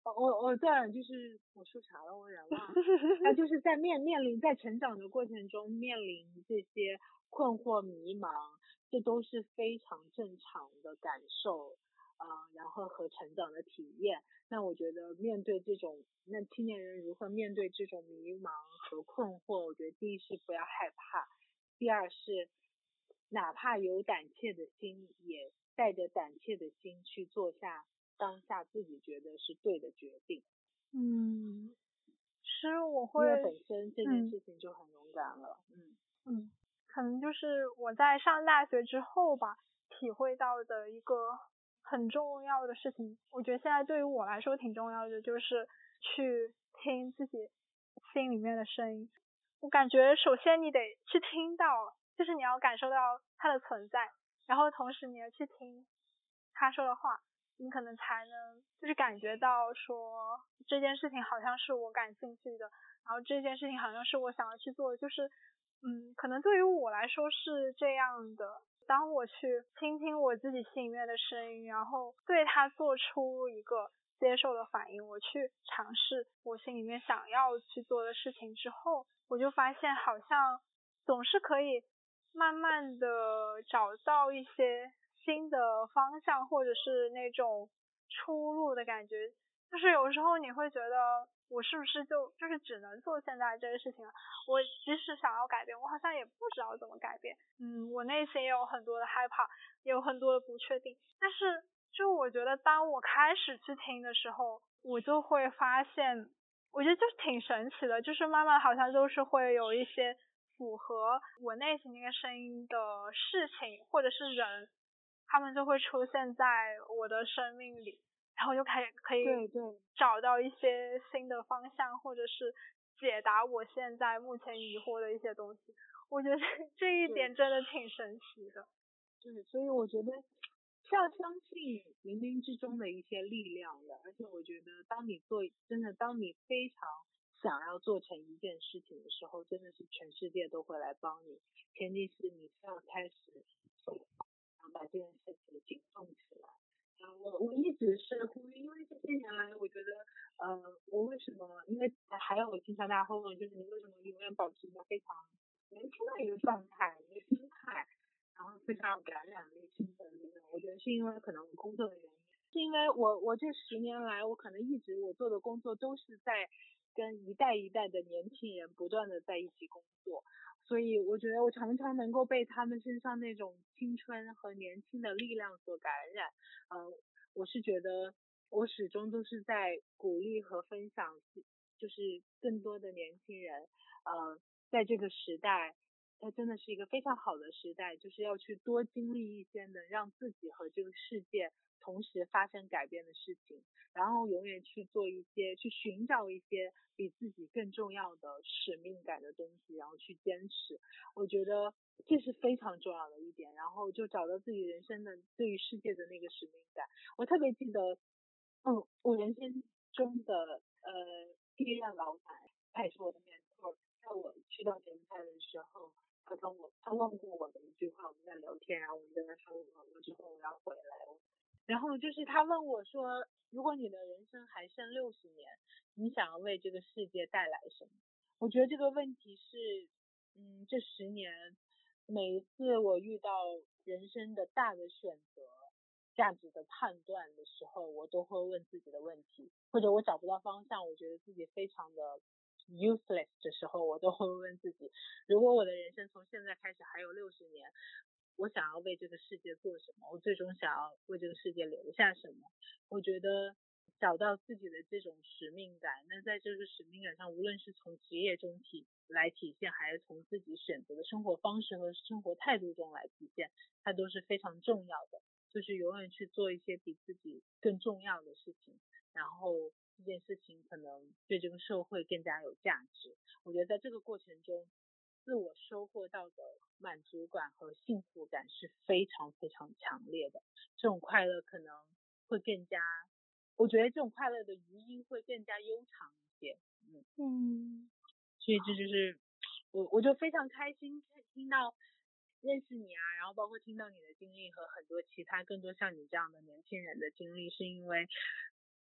我我我当然就是我说啥了，我有点忘了。那就是在面面临在成长的过程中面临这些困惑迷茫，这都是非常正常的感受啊、呃，然后和成长的体验。那我觉得面对这种，那青年人如何面对这种迷茫和困惑？我觉得第一是不要害怕，第二是哪怕有胆怯的心，也带着胆怯的心去做下当下自己觉得是对的决定。 嗯，是我会， 因为本身这件嗯事情就很勇敢了。 嗯嗯，可能就是我在上大学之后吧，体会到的一个很重要的事情。我觉得现在对于我来说挺重要的，就是去听自己心里面的声音。我感觉首先你得去听到，就是你要感受到它的存在，然后同时你要去听他说的话，你可能才能就是感觉到说这件事情好像是我感兴趣的，然后这件事情好像是我想要去做的，就是嗯，可能对于我来说是这样的。当我去倾听我自己心里面的声音，然后对它做出一个接受的反应，我去尝试我心里面想要去做的事情之后，我就发现好像总是可以慢慢的找到一些新的方向，或者是那种出路的感觉。就是有时候你会觉得我是不是就就是只能做现在这个事情了，我即使想要改变，我好像也不知道怎么改变。嗯，我内心也有很多的害怕，也有很多的不确定，但是就我觉得当我开始去听的时候，我就会发现我觉得就是挺神奇的，就是慢慢好像都是会有一些符合我内心那个声音的事情或者是人，他们就会出现在我的生命里，然后就开始可以对对找到一些新的方向，或者是解答我现在目前疑惑的一些东西。我觉得这一点真的挺神奇的。 对，所以我觉得是要相信冥冥之中的一些力量的。而且我觉得当你做真的当你非常想要做成一件事情的时候，真的是全世界都会来帮你，前提是你需要开始做，然后把这件事情行动起来。嗯，我我一直是呼吁，因为这些年来，我觉得，呃，我为什么？因为还有经常大家会问，就是你为什么永远保持一个非常年轻的一个状态、一个心态，然后非常有感染力、兴奋力呢？我觉得是因为可能我工作的原因，是因为我我这十年来，我可能一直我做的工作都是在跟一代一代的年轻人不断的在一起工作。所以我觉得我常常能够被他们身上那种青春和年轻的力量所感染。嗯、呃，我是觉得我始终都是在鼓励和分享，就是更多的年轻人，呃，在这个时代，它真的是一个非常好的时代，就是要去多经历一些能让自己和这个世界同时发生改变的事情，然后永远去做一些，去寻找一些比自己更重要的使命感的东西，然后去坚持。我觉得这是非常重要的一点，然后就找到自己人生的对于世界的那个使命感。我特别记得，嗯，我人生中的呃第一任老板，他也是我的 mentor，在我去到柬埔寨的时候，他跟我他问过我的一句话，我们在聊天，然后我跟他说我我之后我要回来，然后就是他问我说，如果你的人生还剩六十年，你想要为这个世界带来什么？我觉得这个问题是，嗯，这十年每一次我遇到人生的大的选择、价值的判断的时候，我都会问自己的问题，或者我找不到方向，我觉得自己非常的 useless 的时候，我都会问自己，如果我的人生从现在开始还有六十年，我想要为这个世界做什么？我最终想要为这个世界留下什么？我觉得找到自己的这种使命感，那在这个使命感上，无论是从职业中体来体现，还是从自己选择的生活方式和生活态度中来体现，它都是非常重要的。就是永远去做一些比自己更重要的事情，然后这件事情可能对这个社会更加有价值。我觉得在这个过程中，自我收获到的满足感和幸福感是非常非常强烈的，这种快乐可能会更加，我觉得这种快乐的余音会更加悠长一些。嗯嗯， 所以这就是我我就非常开心听到认识你啊，然后包括听到你的经历和很多其他更多像你这样的年轻人的经历，是因为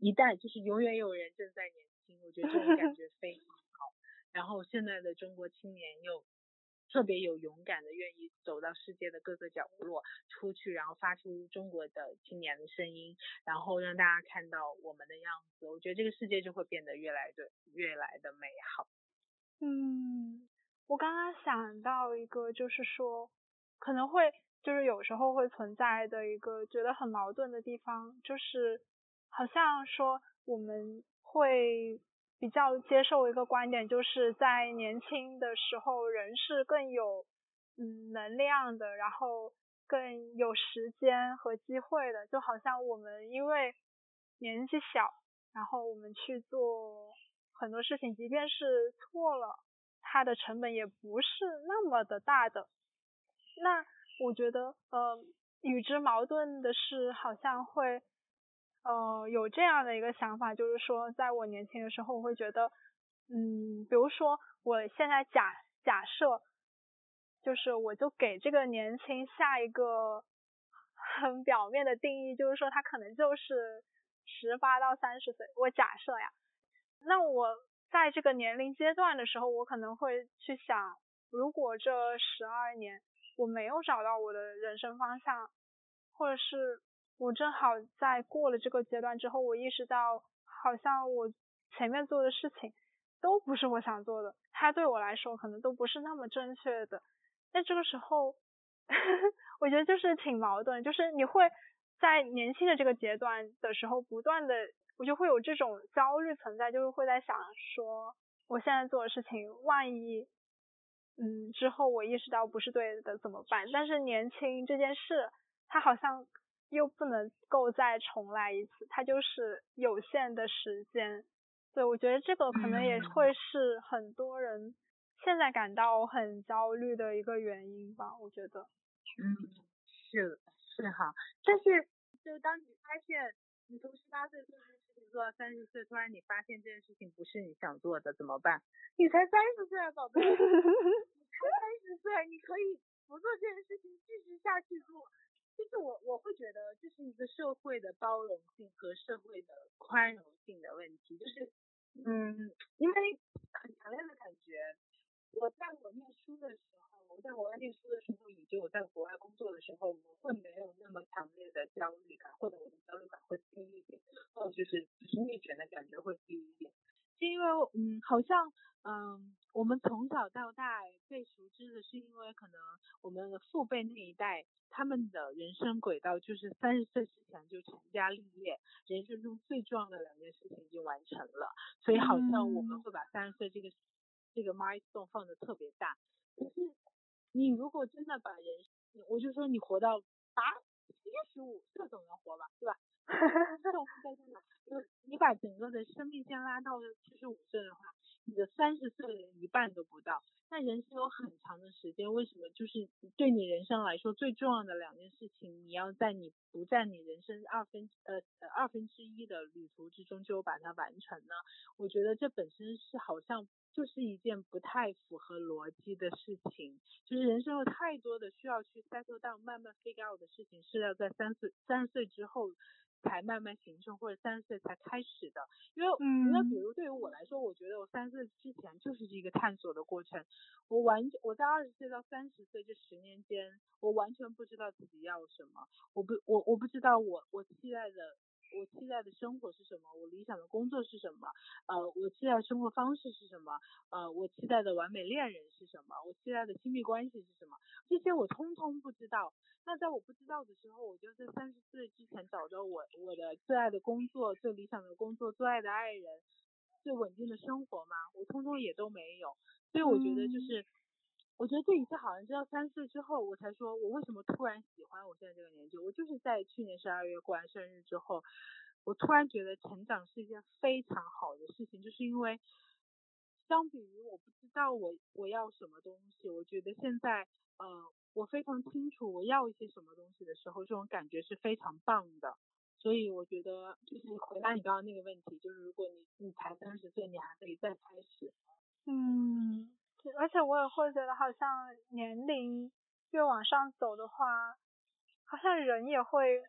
一代就是永远有人正在年轻，我觉得这种感觉非常好。然后现在的中国青年又特别有勇敢的愿意走到世界的各个角落出去，然后发出中国的青年的声音，然后让大家看到我们的样子，我觉得这个世界就会变得越来的越来的美好。 嗯，我刚刚想到一个，就是说可能会就是有时候会存在的一个觉得很矛盾的地方，就是好像说我们会比较接受一个观点，就是在年轻的时候人是更有嗯能量的，然后更有时间和机会的，就好像我们因为年纪小，然后我们去做很多事情，即便是错了，它的成本也不是那么的大的。那我觉得呃与之矛盾的是，好像会呃有这样的一个想法，就是说在我年轻的时候，我会觉得嗯比如说我现在假假设就是我就给这个年轻下一个很表面的定义，就是说他可能就是十八到三十岁，我假设呀。那我在这个年龄阶段的时候，我可能会去想，如果这十二年我没有找到我的人生方向，或者是我正好在过了这个阶段之后，我意识到好像我前面做的事情都不是我想做的，它对我来说可能都不是那么正确的。那这个时候我觉得就是挺矛盾，就是你会在年轻的这个阶段的时候不断的，我就会有这种焦虑存在，就是会在想说我现在做的事情万一嗯之后我意识到不是对的怎么办，但是年轻这件事它好像又不能够再重来一次，它就是有限的时间。对，我觉得这个可能也会是很多人现在感到很焦虑的一个原因吧，我觉得。 嗯，是是哈，但是就当你发现你从十八岁做这件事情做到三十岁，突然你发现这件事情不是你想做的，怎么办？你才三十岁啊，宝贝，你才三十岁，你可以不做这件事情，继续下去做。就是我我会觉得这是一个社会的包容性和社会的宽容性的问题，就是嗯，因为很强烈的感觉，我在我念书的时候，我在国外念书的时候，以及我在国外工作的时候，我会没有那么强烈的焦虑感，或者我的焦虑感会低一点，或者就是就是内卷的感觉会低一点，是因为嗯，好像嗯，我们从小到大被熟知的是因为可能我们的父辈那一代，他们的人生轨道就是三十岁之前就成家立业，人生中最重要的两件事情已经完成了，所以好像我们会把三十岁这个这个 milestone 放的特别大。可是你如果真的把人，我就说你活到八七十五岁总能活吧，对吧？这种在在哪？就是你把整个的生命线拉到七十五岁的话，你的三十岁的一半都不到。那人生有很长的时间，为什么就是对你人生来说最重要的两件事情，你要在你不占你人生二分呃呃二分之一的旅途之中就把它完成呢？我觉得这本身是好像就是一件不太符合逻辑的事情，就是人生有太多的需要去 settle down 慢慢 figure out 的事情，是要在三岁三十岁之后才慢慢形成，或者三十岁才开始的。因为因为比如对于我来说，我觉得我三十岁之前就是一个探索的过程。我完我在二十岁到三十岁这十年间，我完全不知道自己要什么，我不我我不知道我我期待的。我期待的生活是什么？我理想的工作是什么？呃，我期待的生活方式是什么？呃，我期待的完美恋人是什么？我期待的亲密关系是什么？这些我通通不知道。那在我不知道的时候，我就在三十岁之前找到我我的最爱的工作、最理想的工作、最爱的爱人、最稳定的生活嘛，我通通也都没有。所以我觉得就是。嗯我觉得这一次好像直到三岁之后，我才说我为什么突然喜欢我现在这个年纪。我就是在去年十二月过完生日之后，我突然觉得成长是一件非常好的事情，就是因为相比于我不知道我我要什么东西，我觉得现在呃我非常清楚我要一些什么东西的时候，这种感觉是非常棒的。所以我觉得就是回答你刚刚那个问题，就是如果你你才三十岁，你还可以再开始。 嗯。而且我也会觉得好像年龄越往上走的话，好像人也会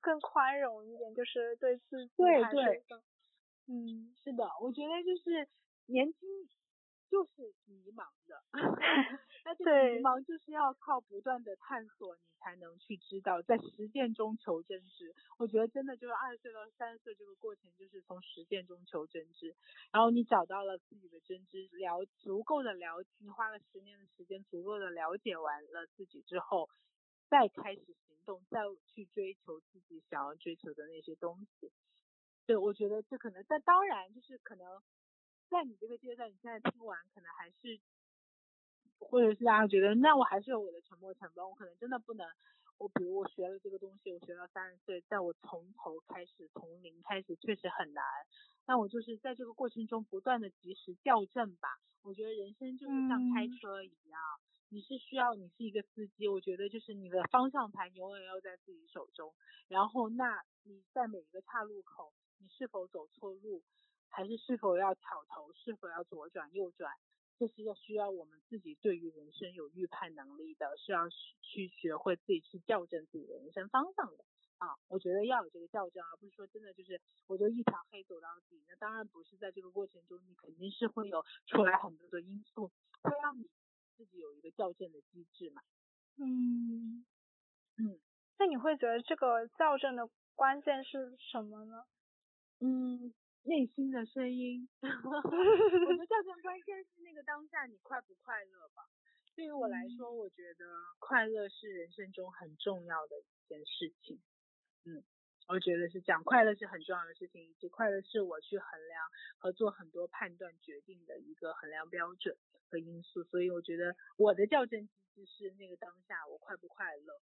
更宽容一点，就是对自己还是对对， 更嗯， 是的，我觉得就是年轻就是迷茫的，那这个迷对， 茫就是要靠不断的探索，你才能去知道，在实践中求真知。我觉得真的就是二十岁到三十岁这个过程，就是从实践中求真知。然后你找到了自己的真知，了足够的了解，你花了十年的时间，足够的了解完了自己之后，再开始行动，再去追求自己想要追求的那些东西。对，我觉得这可能，但当然就是可能在你这个阶段，你现在听完，可能还是，或者是大家觉得，那我还是有我的沉没成本，我可能真的不能，我比如我学了这个东西，我学到三十岁，在我从头开始，从零开始，确实很难。但我就是在这个过程中不断的及时校正吧。我觉得人生就是像开嗯车一样，你是需要，你是一个司机，我觉得就是你的方向盘永远要在自己手中。然后那你在每一个岔路口，你是否走错路，还是是否要挑头，是否要左转右转，这是要需要我们自己对于人生有预判能力的，是要去学会自己去校正自己的人生方向的啊。我觉得要有这个校正，而不是说真的就是我就一条黑走到底。那当然不是，在这个过程中你肯定是会有出来很多的因素，会让你自己有一个校正的机制嘛。 嗯， 嗯那你会觉得这个校正的关键是什么呢？ 嗯，内心的声音，我觉得校正关键是那个当下你快不快乐吧。对于我来说，我觉得快乐是人生中很重要的一件事情。嗯，我觉得是这样，快乐是很重要的事情，以及快乐是我去衡量和做很多判断决定的一个衡量标准和因素。所以我觉得我的校正机制是那个当下我快不快乐，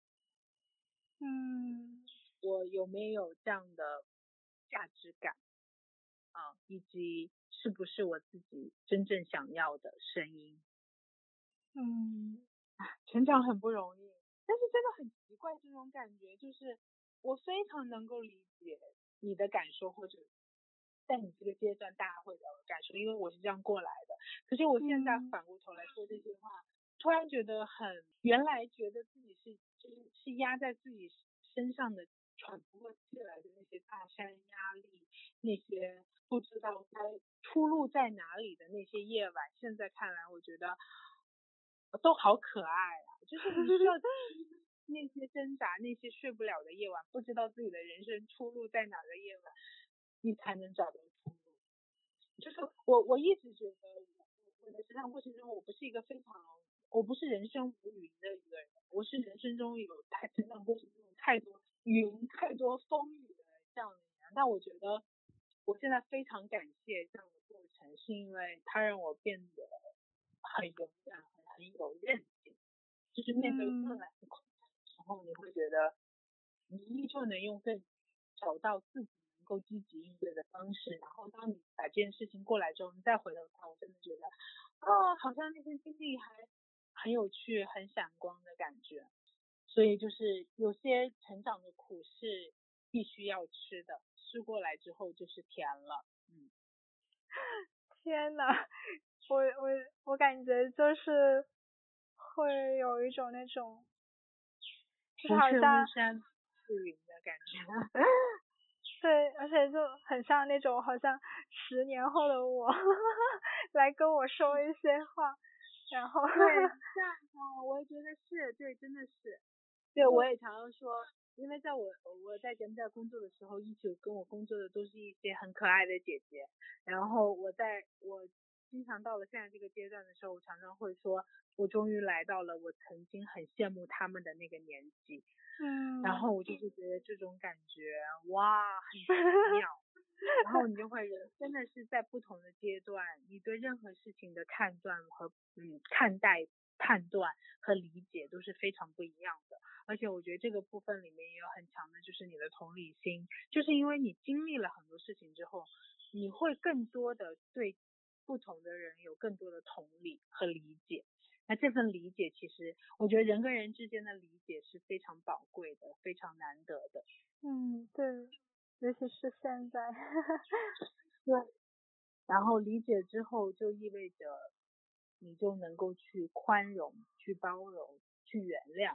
嗯我有没有这样的价值感啊，以及是不是我自己真正想要的声音。 嗯成长很不容易，但是真的很奇怪，这种感觉就是我非常能够理解你的感受，或者在你这个阶段大家会有感受，因为我是这样过来的。可是我现在嗯反过头来说这些话，突然觉得很，原来觉得自己是就是是压在自己身上的喘不过气来的那些大山压力，那些不知道该出路在哪里的那些夜晚，现在看来我觉得都好可爱啊！就是你需要那些挣扎，那些睡不了的夜晚，不知道自己的人生出路在哪的夜晚，你才能找到出路。就是我我一直觉得我我的成长过程中，我不是一个非常，我不是人生无云的一个人，我是人生中有太成长过程中有太多云、太多风雨的这样的人。但我觉得我现在非常感谢这样的过程，是因为它让我变得很勇敢，很有韧劲。就是面对困难的困难的时候，你会觉得你依旧能用更找到自己能够积极应对的方式。然后当你把这件事情过来之后，你再回头看，我真的觉得啊，好像那些经历还很有趣、很闪光的感觉。所以就是有些成长的苦是必须要吃的，吃过来之后就是甜了。嗯， 天呐，我我我感觉就是会有一种那种，就是不是巫好像山不云的感觉。 对，而且就很像那种好像十年后的我来跟我说一些话，然后对，这样啊，我也觉得是对，真的是。对，我也常常说，因为在我我在柬埔寨工作的时候，一起跟我工作的都是一些很可爱的姐姐。然后我在我经常到了现在这个阶段的时候，我常常会说，我终于来到了我曾经很羡慕他们的那个年纪。 嗯， 然后我就会觉得这种感觉，哇，很奇妙。然后你就会人真的是在不同的阶段，你对任何事情的看断和嗯看待、判断和理解都是非常不一样的。而且我觉得这个部分里面也有很强的就是你的同理心，就是因为你经历了很多事情之后，你会更多的对不同的人有更多的同理和理解。那这份理解其实我觉得人跟人之间的理解是非常宝贵的，非常难得的。 嗯，对，尤其是现在。 对，然后理解之后就意味着你就能够去宽容、去包容、去原谅，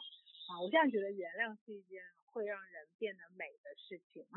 啊，我现在觉得原谅是一件会让人变得美的事情。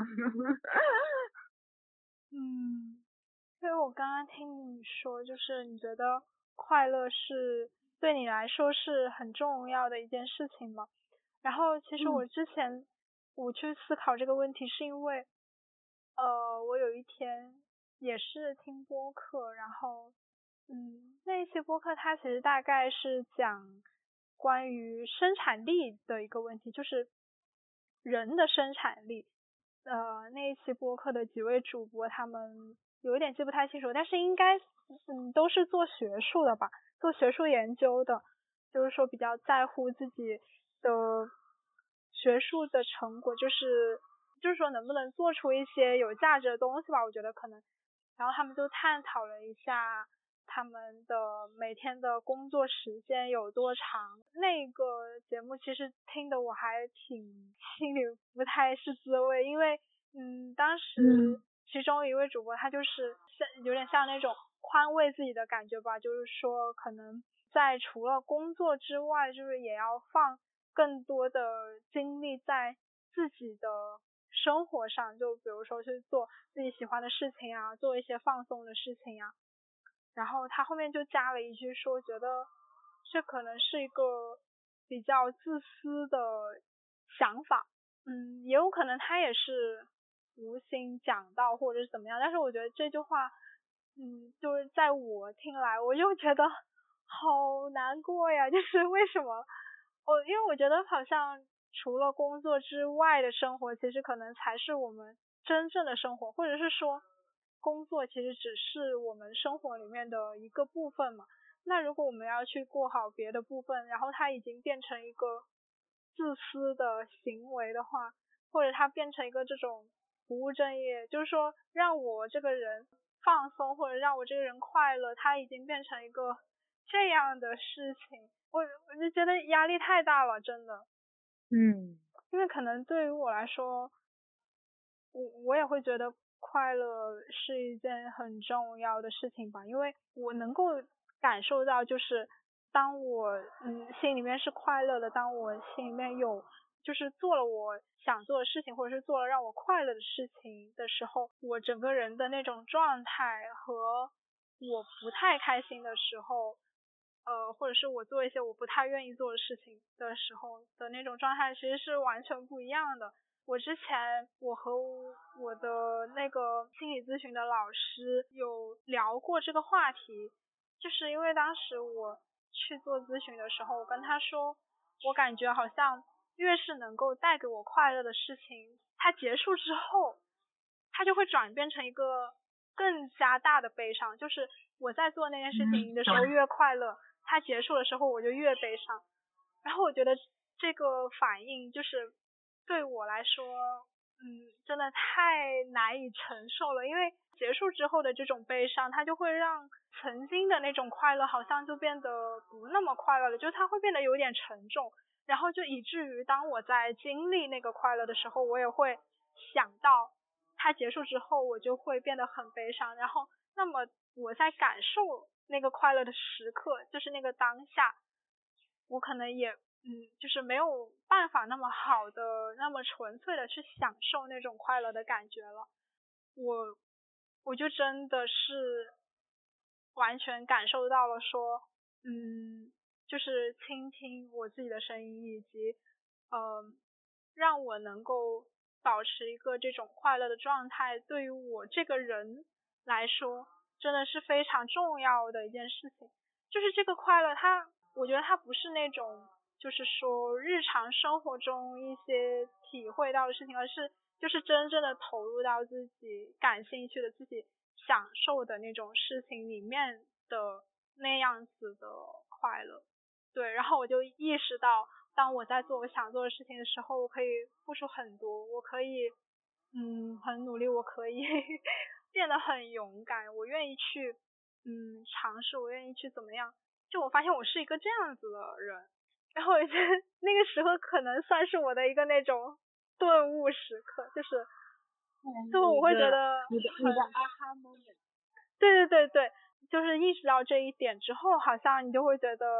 嗯，因为我刚刚听你说，就是你觉得快乐是对你来说是很重要的一件事情嘛。然后其实我之前我去思考这个问题，是因为呃，我有一天也是听播客，然后嗯，那一期播客它其实大概是讲关于生产力的一个问题，就是人的生产力。呃，那一期播客的几位主播他们有一点记不太清楚，但是应该嗯都是做学术的吧，做学术研究的，就是说比较在乎自己的学术的成果，就是就是说能不能做出一些有价值的东西吧，我觉得可能。然后他们就探讨了一下他们的每天的工作时间有多长。那个节目其实听得我还挺心里不太是滋味，因为嗯，当时其中一位主播他就是像有点像那种宽慰自己的感觉吧，就是说可能在除了工作之外，就是也要放更多的精力在自己的生活上，就比如说去做自己喜欢的事情啊，做一些放松的事情啊。然后他后面就加了一句说，觉得这可能是一个比较自私的想法，嗯，也有可能他也是无心讲到或者是怎么样，但是我觉得这句话，嗯，就是在我听来，我就觉得好难过呀，就是为什么？我因为我觉得好像除了工作之外的生活，其实可能才是我们真正的生活，或者是说工作其实只是我们生活里面的一个部分嘛。那如果我们要去过好别的部分，然后它已经变成一个自私的行为的话，或者它变成一个这种不务正业，就是说让我这个人放松或者让我这个人快乐，它已经变成一个这样的事情，我我就觉得压力太大了，真的。 嗯， 因为可能对于我来说，我我也会觉得快乐是一件很重要的事情吧，因为我能够感受到，就是当我嗯心里面是快乐的，当我心里面有就是做了我想做的事情，或者是做了让我快乐的事情的时候，我整个人的那种状态和我不太开心的时候，呃，或者是我做一些我不太愿意做的事情的时候的那种状态，其实是完全不一样的。我之前我和我的那个心理咨询的老师有聊过这个话题，就是因为当时我去做咨询的时候，我跟他说，我感觉好像越是能够带给我快乐的事情，它结束之后，它就会转变成一个更加大的悲伤，就是我在做那件事情的时候越快乐，它结束的时候我就越悲伤。然后我觉得这个反应就是对我来说，嗯，真的太难以承受了，因为结束之后的这种悲伤，它就会让曾经的那种快乐好像就变得不那么快乐了，就它会变得有点沉重，然后就以至于当我在经历那个快乐的时候，我也会想到它结束之后，我就会变得很悲伤，然后那么我在感受那个快乐的时刻，就是那个当下，我可能也嗯，就是没有办法那么好的、那么纯粹的去享受那种快乐的感觉了。我我就真的是完全感受到了说，嗯，就是倾听我自己的声音，以及嗯、呃，让我能够保持一个这种快乐的状态，对于我这个人来说，真的是非常重要的一件事情。就是这个快乐它，我觉得它不是那种就是说日常生活中一些体会到的事情，而是就是真正的投入到自己感兴趣的、自己享受的那种事情里面的那样子的快乐。对，然后我就意识到，当我在做我想做的事情的时候，我可以付出很多，我可以嗯很努力，我可以变得很勇敢，我愿意去嗯尝试，我愿意去怎么样，就我发现我是一个这样子的人，然后我觉得那个时候可能算是我的一个那种顿悟时刻，就是最后我会觉得你的你的 aha moment， 对对对对，就是意识到这一点之后，好像你就会觉得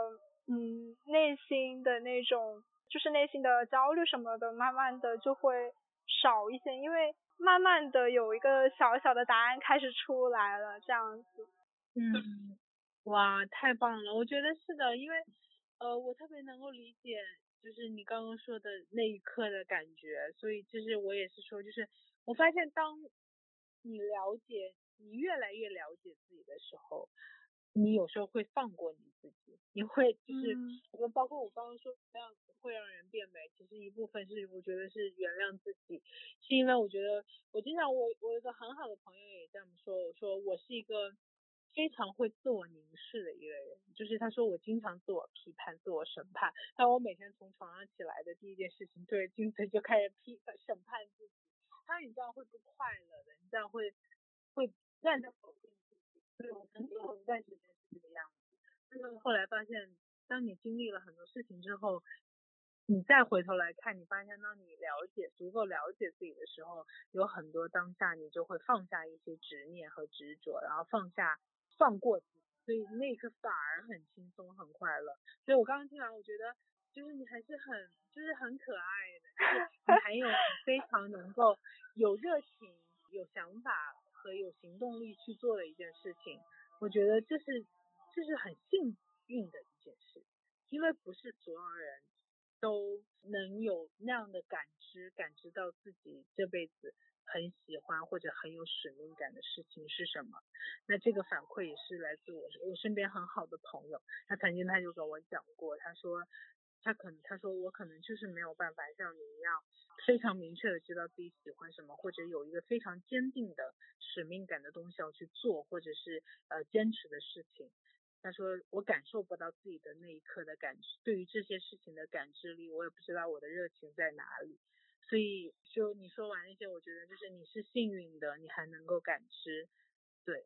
嗯，内心的那种就是内心的焦虑什么的，慢慢的就会少一些，因为慢慢的有一个小小的答案开始出来了，这样子。 嗯，哇，太棒了！我觉得是的，因为呃，我特别能够理解，就是你刚刚说的那一刻的感觉，所以就是我也是说，就是我发现当你了解，你越来越了解自己的时候，你有时候会放过你自己，你会就是嗯我们包括我刚刚说这样会让人变美，其实一部分是我觉得是原谅自己，是因为我觉得我经常我我有一个很好的朋友也这样说，我说我是一个非常会自我凝视的一个人，就是他说我经常自我批判、自我审判，但我每天从床上起来的第一件事情对着镜子就开始批审判自己，他说你这样会不快乐的，你这样会会让人否定自己，所以我曾经有一段时间是这个样子，但是后来发现，当你经历了很多事情之后，你再回头来看，你发现当你了解足够了解自己的时候，有很多当下你就会放下一些执念和执着，然后放下放过自己，所以那一刻反而很轻松很快乐。所以我刚刚听完，我觉得就是你还是很就是很可爱的，就是你还有非常能够有热情、有想法和有行动力去做的一件事情。我觉得这是这是很幸运的一件事，因为不是所有人都能有那样的感知，感知到自己这辈子很喜欢或者很有使命感的事情是什么。那这个反馈也是来自我我身边很好的朋友，他曾经他就跟我讲过，他说他可能他说我可能就是没有办法像你一样非常明确的知道自己喜欢什么，或者有一个非常坚定的使命感的东西要去做，或者是呃坚持的事情。他说我感受不到自己的那一刻的感知，对于这些事情的感知力，我也不知道我的热情在哪里。所以就你说完那些，我觉得就是你是幸运的，你还能够感知。对，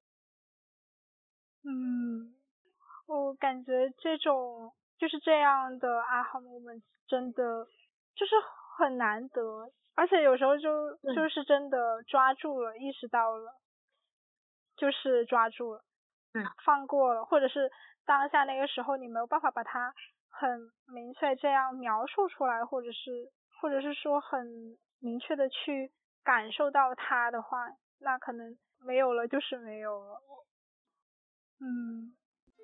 嗯，我感觉这种就是这样的 aha moment 真的就是很难得，而且有时候就就是真的抓住了，意识到了，就是抓住了， 嗯， 放过了，或者是当下那个时候你没有办法把它很明确这样描述出来，或者是或者是说很明确的去感受到它的话，那可能没有了就是没有了。嗯。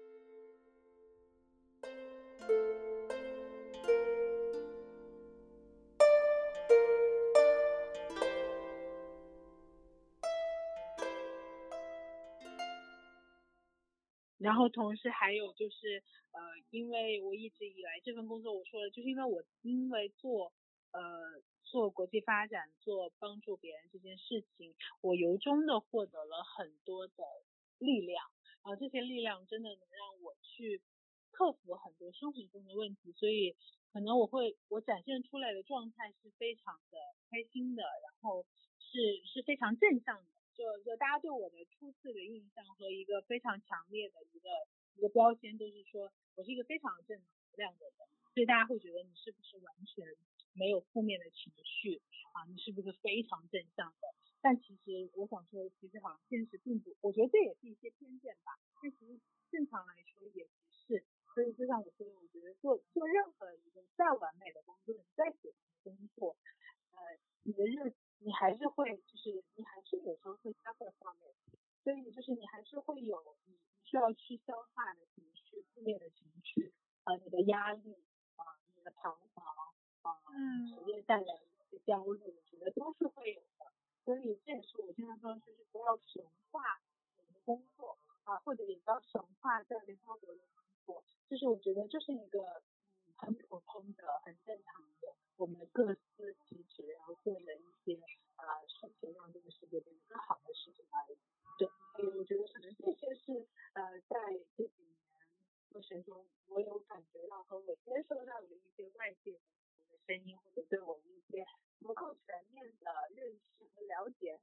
然后同时还有就是呃，因为我一直以来这份工作我说了，就是因为我因为做呃做国际发展，做帮助别人这件事情，我由衷的获得了很多的力量，然后这些力量真的能让我去克服很多生活中的问题，所以可能我会我展现出来的状态是非常的开心的，然后是是非常正向的。就就大家对我的初次的印象和一个非常强烈的一个一个标签，都是说我是一个非常正能量的人，所以大家会觉得你是不是完全没有负面的情绪啊？你是不是非常正向的？但其实我想说，其实好像现实并不，我觉得这也是一些偏见吧。但其实正常来说也不是。所以就像我说的，我觉得做做任何一个再完美的工作，你再喜欢的工作，呃，你的热你还是会就是你还是有时候会消耗上面，所以就是你还是会有你需要去消化的情绪，负面的情绪，呃，你的压力啊、呃，你的彷徨啊， 嗯职业带来的一些焦虑，我觉得都是会有的。所以这也是我经常说，就是不要神化你的工作啊，或者也不要神化在联合国的工作，就是我觉得这是一个嗯很普通的、很正常的，我们各司其职，然后做的一些呃事情，让这个世界变得更好的事情而已。对，所以我觉得可能这些是呃在这几年过程中，我有感觉到和我接受到的一些外界的声音，或者对我一些不够全面的认识和了解。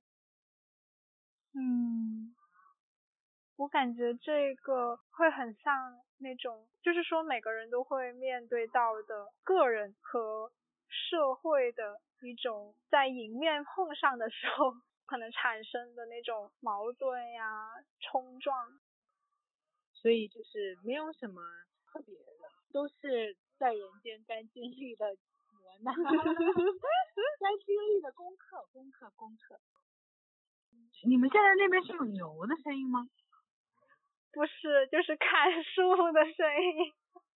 嗯，我感觉这个会很像那种，就是说每个人都会面对到的个人和社会的一种在迎面碰上的时候可能产生的那种矛盾呀、冲撞。 所以就是没有什么特别的， 都是在人间该经历的磨难，该经历的功课，功课，功课。你们现在那边是有牛的声音吗？ 不是，就是砍树的声音。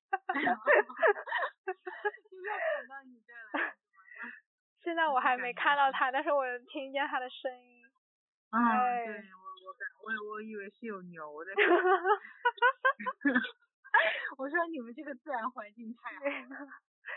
有没有砍到你这儿来？ 现在我还没看到它，但是我听见它的声音。 嗯，对，我我感我我以为是有牛的。我说你们这个自然环境太好了。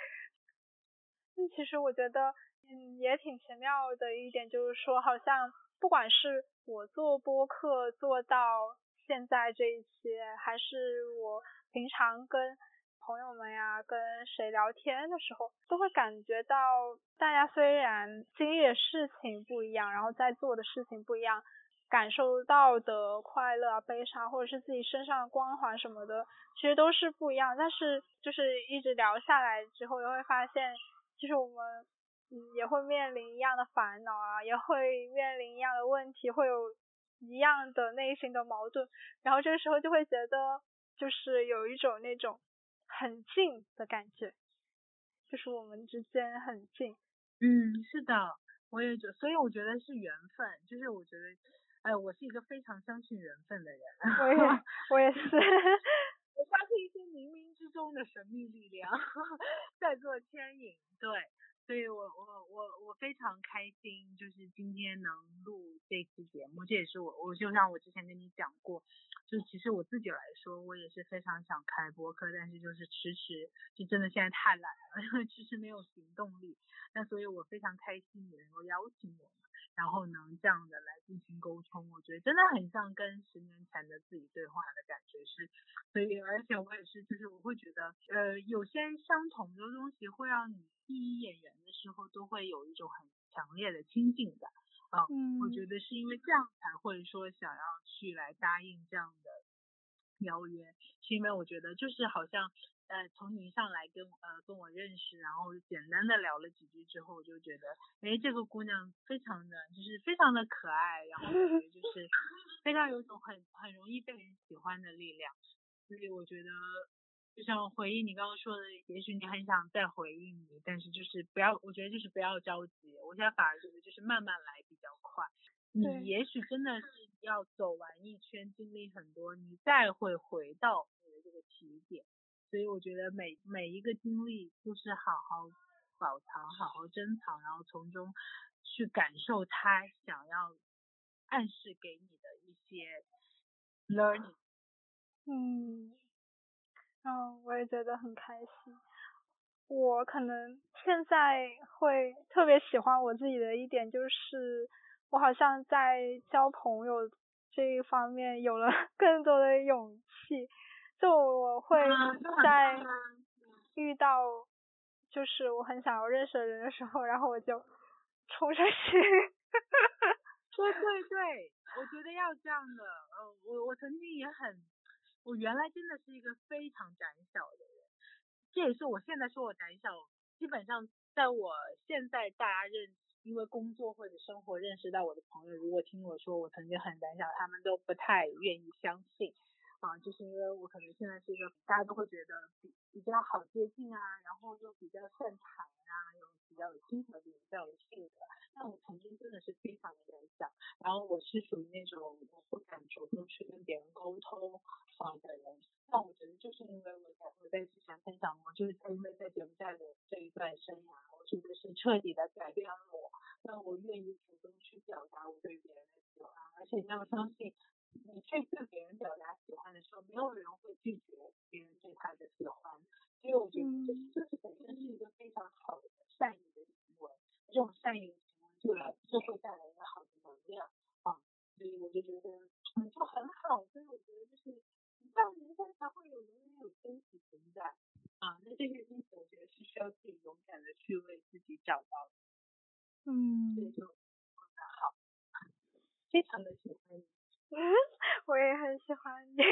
其实我觉得，嗯，也挺奇妙的一点就是说，好像不管是我做播客做到现在这一些，还是我平常跟朋友们呀，跟谁聊天的时候，都会感觉到大家虽然经历的事情不一样，然后在做的事情不一样，感受到的快乐啊、悲伤，或者是自己身上的光环什么的，其实都是不一样。但是就是一直聊下来之后，也会发现，其实我们嗯也会面临一样的烦恼啊，也会面临一样的问题，会有一样的内心的矛盾，然后这个时候就会觉得，就是有一种那种很近的感觉，就是我们之间很近。 嗯，是的，我也觉得，所以我觉得是缘分，就是我觉得，哎，我是一个非常相信缘分的人。 我也，我也是。 我相信一些冥冥之中的神秘力量在做牵引，对，所以我我我我非常开心，就是今天能录这期节目，这也是我我就像我之前跟你讲过，就是其实我自己来说，我也是非常想开播客，但是就是迟迟，就真的现在太懒了，因为迟迟没有行动力。那所以我非常开心你能够邀请我们，然后能这样的来进行沟通，我觉得真的很像跟十年前的自己对话的感觉是，所以而且我也是就是我会觉得呃有些相同的东西会让你第一眼缘的时候都会有一种很强烈的亲近感啊、嗯，我觉得是因为这样才会说想要去来答应这样的邀约，是因为我觉得就是好像呃从你上来跟呃跟我认识，然后简单的聊了几句之后，我就觉得哎这个姑娘非常的就是非常的可爱，然后感觉就是非常有种很很容易被人喜欢的力量，所以我觉得就像回应你刚刚说的，也许你很想再回应你，但是就是不要，我觉得就是不要着急，我现在反而觉得就是慢慢来比较快。你也许真的是要走完一圈，经历很多，你再会回到你的这个起点。所以我觉得每每一个经历都是好好保藏、好好珍藏，然后从中去感受它想要暗示给你的一些 learning。 嗯，嗯，我也觉得很开心。我可能现在会特别喜欢我自己的一点就是，我好像在交朋友这一方面有了更多的勇气。就我会在遇到就是我很想要认识的人的时候，然后我就冲上去。 对对对，我觉得要这样的。呃，我我曾经也很，我原来真的是一个非常胆小的人，这也是我现在说我胆小，基本上在我现在大家认，因为工作或者生活认识到我的朋友，如果听我说我曾经很胆小，他们都不太愿意相信。啊，就是因为我可能现在是一个大家都会觉得比比较好接近啊，然后又比较善谈啊，又比较有亲和力，比较有性格。但我曾经真的是非常的胆小，然后我是属于那种我不敢主动去跟别人沟通啊的人。但我觉得就是因为我在我在之前分享过，就是因为在柬埔寨的这一段生涯，我觉得是彻底的改变了我，让我愿意主动去表达我对别人的喜欢，而且你要相信。你去对别人表达喜欢的时候，没有人会拒绝别人对他的喜欢，所以我觉得这这本身是一个非常好的善意的行为，这种善意的行为就来就会带来一个好的能量啊，所以我就觉得嗯就很好，所以我觉得就是这样人生才会有永远有惊喜存在啊，那这些惊喜我觉得是需要自己勇敢的去为自己找到的， 嗯， 所以就很好，非常的喜欢你。 我也很喜欢你。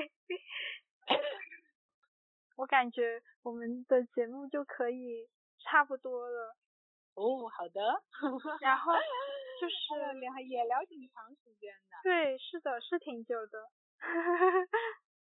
我感觉我们的节目就可以差不多了。 哦，好的。 然后就是聊也聊挺长时间的。 对，是的，是挺久的。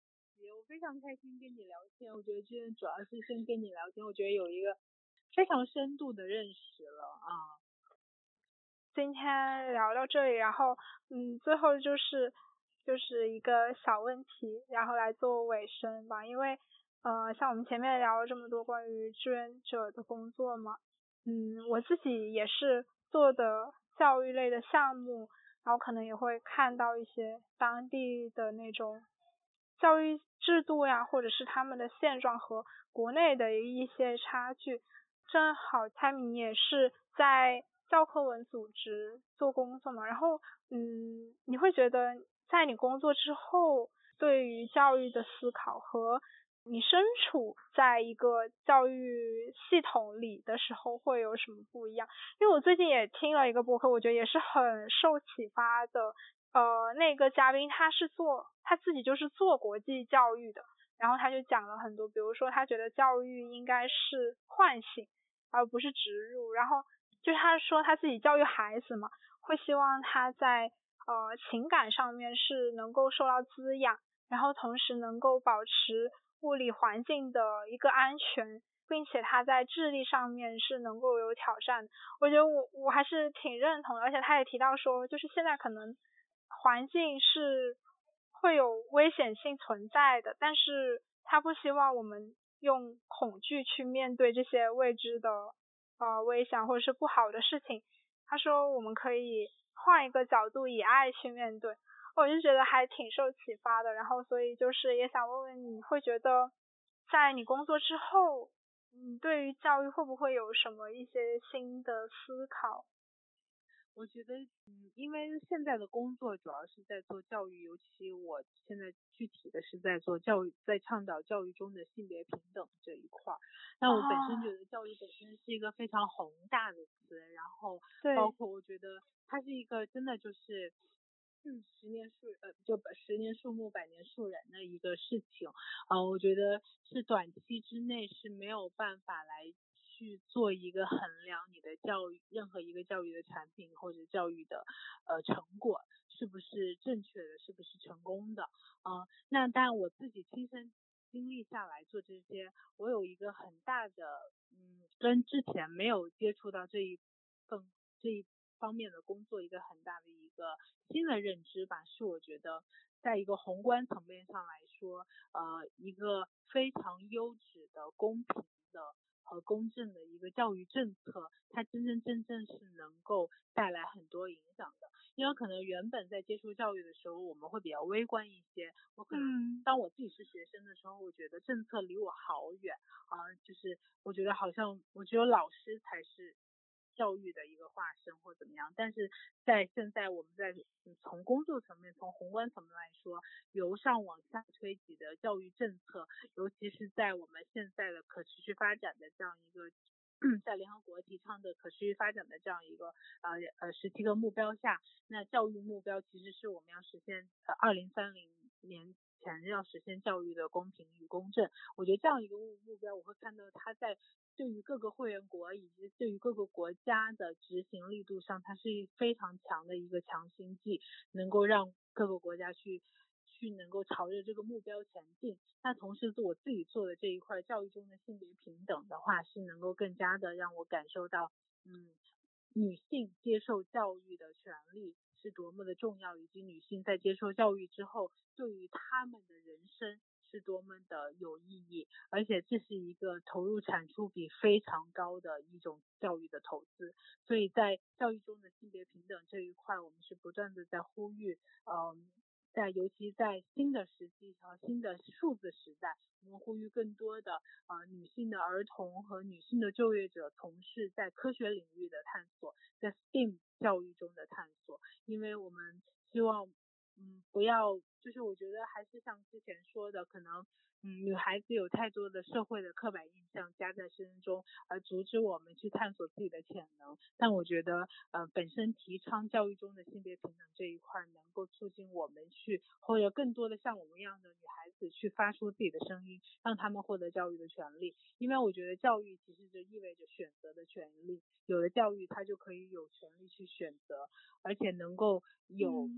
题，我非常开心跟你聊天。我觉得今天主要是先跟你聊天，我觉得有一个非常深度的认识了啊。 今天聊到这里，然后嗯，最后就是就是一个小问题，然后来做尾声吧。因为呃，像我们前面聊了这么多关于志愿者的工作嘛，嗯，我自己也是做的教育类的项目，然后可能也会看到一些当地的那种教育制度呀，或者是他们的现状和国内的一些差距。正好蔡明也是在教科文组织做工作嘛，然后嗯，你会觉得在你工作之后，对于教育的思考和你身处在一个教育系统里的时候会有什么不一样？因为我最近也听了一个播客，我觉得也是很受启发的。呃，那个嘉宾他是做他自己就是做国际教育的，然后他就讲了很多，比如说他觉得教育应该是唤醒而不是植入，然后就是他说他自己教育孩子嘛，会希望他在呃情感上面是能够受到滋养，然后同时能够保持物理环境的一个安全，并且他在智力上面是能够有挑战。我觉得我我还是挺认同的，而且他也提到说，就是现在可能环境是会有危险性存在的，但是他不希望我们用恐惧去面对这些未知的呃危险或者是不好的事情。他说我们可以换一个角度，以爱去面对。我就觉得还挺受启发的，然后所以就是也想问问你，会觉得在你工作之后，你对于教育会不会有什么一些新的思考？ 我觉得，嗯，因为现在的工作主要是在做教育，尤其我现在具体的是在做教育，在倡导教育中的性别平等这一块儿。那我本身觉得教育本身是一个非常宏大的词，然后包括我觉得它是一个真的就是，嗯，十年树呃就十年树木百年树人的一个事情，呃，我觉得是短期之内是没有办法来去做一个衡量你的教育，任何一个教育的产品或者教育的呃成果是不是正确的，是不是成功的。呃，那当然我自己亲身经历下来做这些，我有一个很大的嗯，跟之前没有接触到这一份这一方面的工作一个很大的一个新的认知吧，是我觉得在一个宏观层面上来说，呃，一个非常优质的、公平的和公正的一个教育政策，它真真正正是能够带来很多影响的。因为可能原本在接触教育的时候，我们会比较微观一些。我可能当我自己是学生的时候，我觉得政策离我好远啊、呃，就是我觉得好像我只有老师才是教育的一个化身或怎么样。但是在现在我们在从工作层面、从宏观层面来说，由上往下推挤的教育政策，尤其是在我们现在的可持续发展的这样一个。在联合国提倡的可持续发展的这样一个呃呃十七个目标下，那教育目标其实是我们要实现呃二零三零年前要实现教育的公平与公正。我觉得这样一个目标，我会看到它在对于各个会员国以及对于各个国家的执行力度上，它是非常强的一个强心剂，能够让各个国家去。去能够朝着这个目标前进。那同时我自己做的这一块教育中的性别平等的话，是能够更加的让我感受到，嗯，女性接受教育的权利是多么的重要，以及女性在接受教育之后，对于她们的人生是多么的有意义，而且这是一个投入产出比非常高的一种教育的投资。所以在教育中的性别平等这一块，我们是不断的在呼吁，嗯。在尤其在新的时期和新的数字时代，我们呼吁更多的呃女性的儿童和女性的就业者从事在科学领域的探索，在 S T E A M 教育中的探索，因为我们希望嗯不要，就是我觉得还是像之前说的，可能嗯女孩子有太多的社会的刻板印象加在身中，而阻止我们去探索自己的潜能。但我觉得呃本身提倡教育中的性别平等这一块，能够促进我们去或者更多的像我们一样的女孩子去发出自己的声音，让她们获得教育的权利。因为我觉得教育其实就意味着选择的权利，有了教育她就可以有权利去选择，而且能够有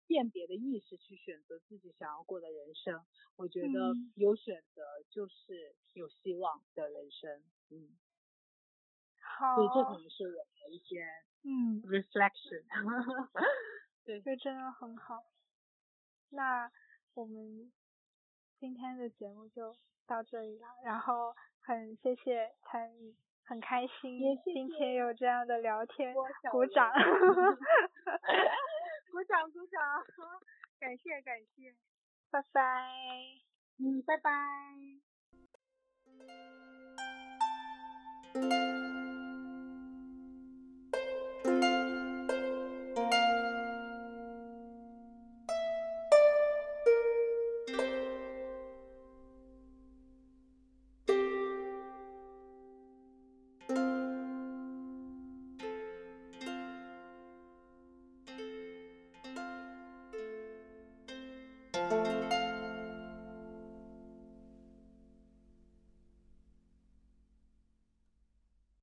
辨别的意识去选择自己想要过的人生。我觉得嗯有选择就是有希望的人生。嗯，所以这可好， 能是我的一些嗯， reflection 对， 这真的很好。那我们今天的节目就到这里了，然后很谢谢参与，很开心也谢谢今天有这样的聊天， 我小鼓掌。 鼓掌鼓掌，感谢感谢， 拜拜。 嗯，拜拜。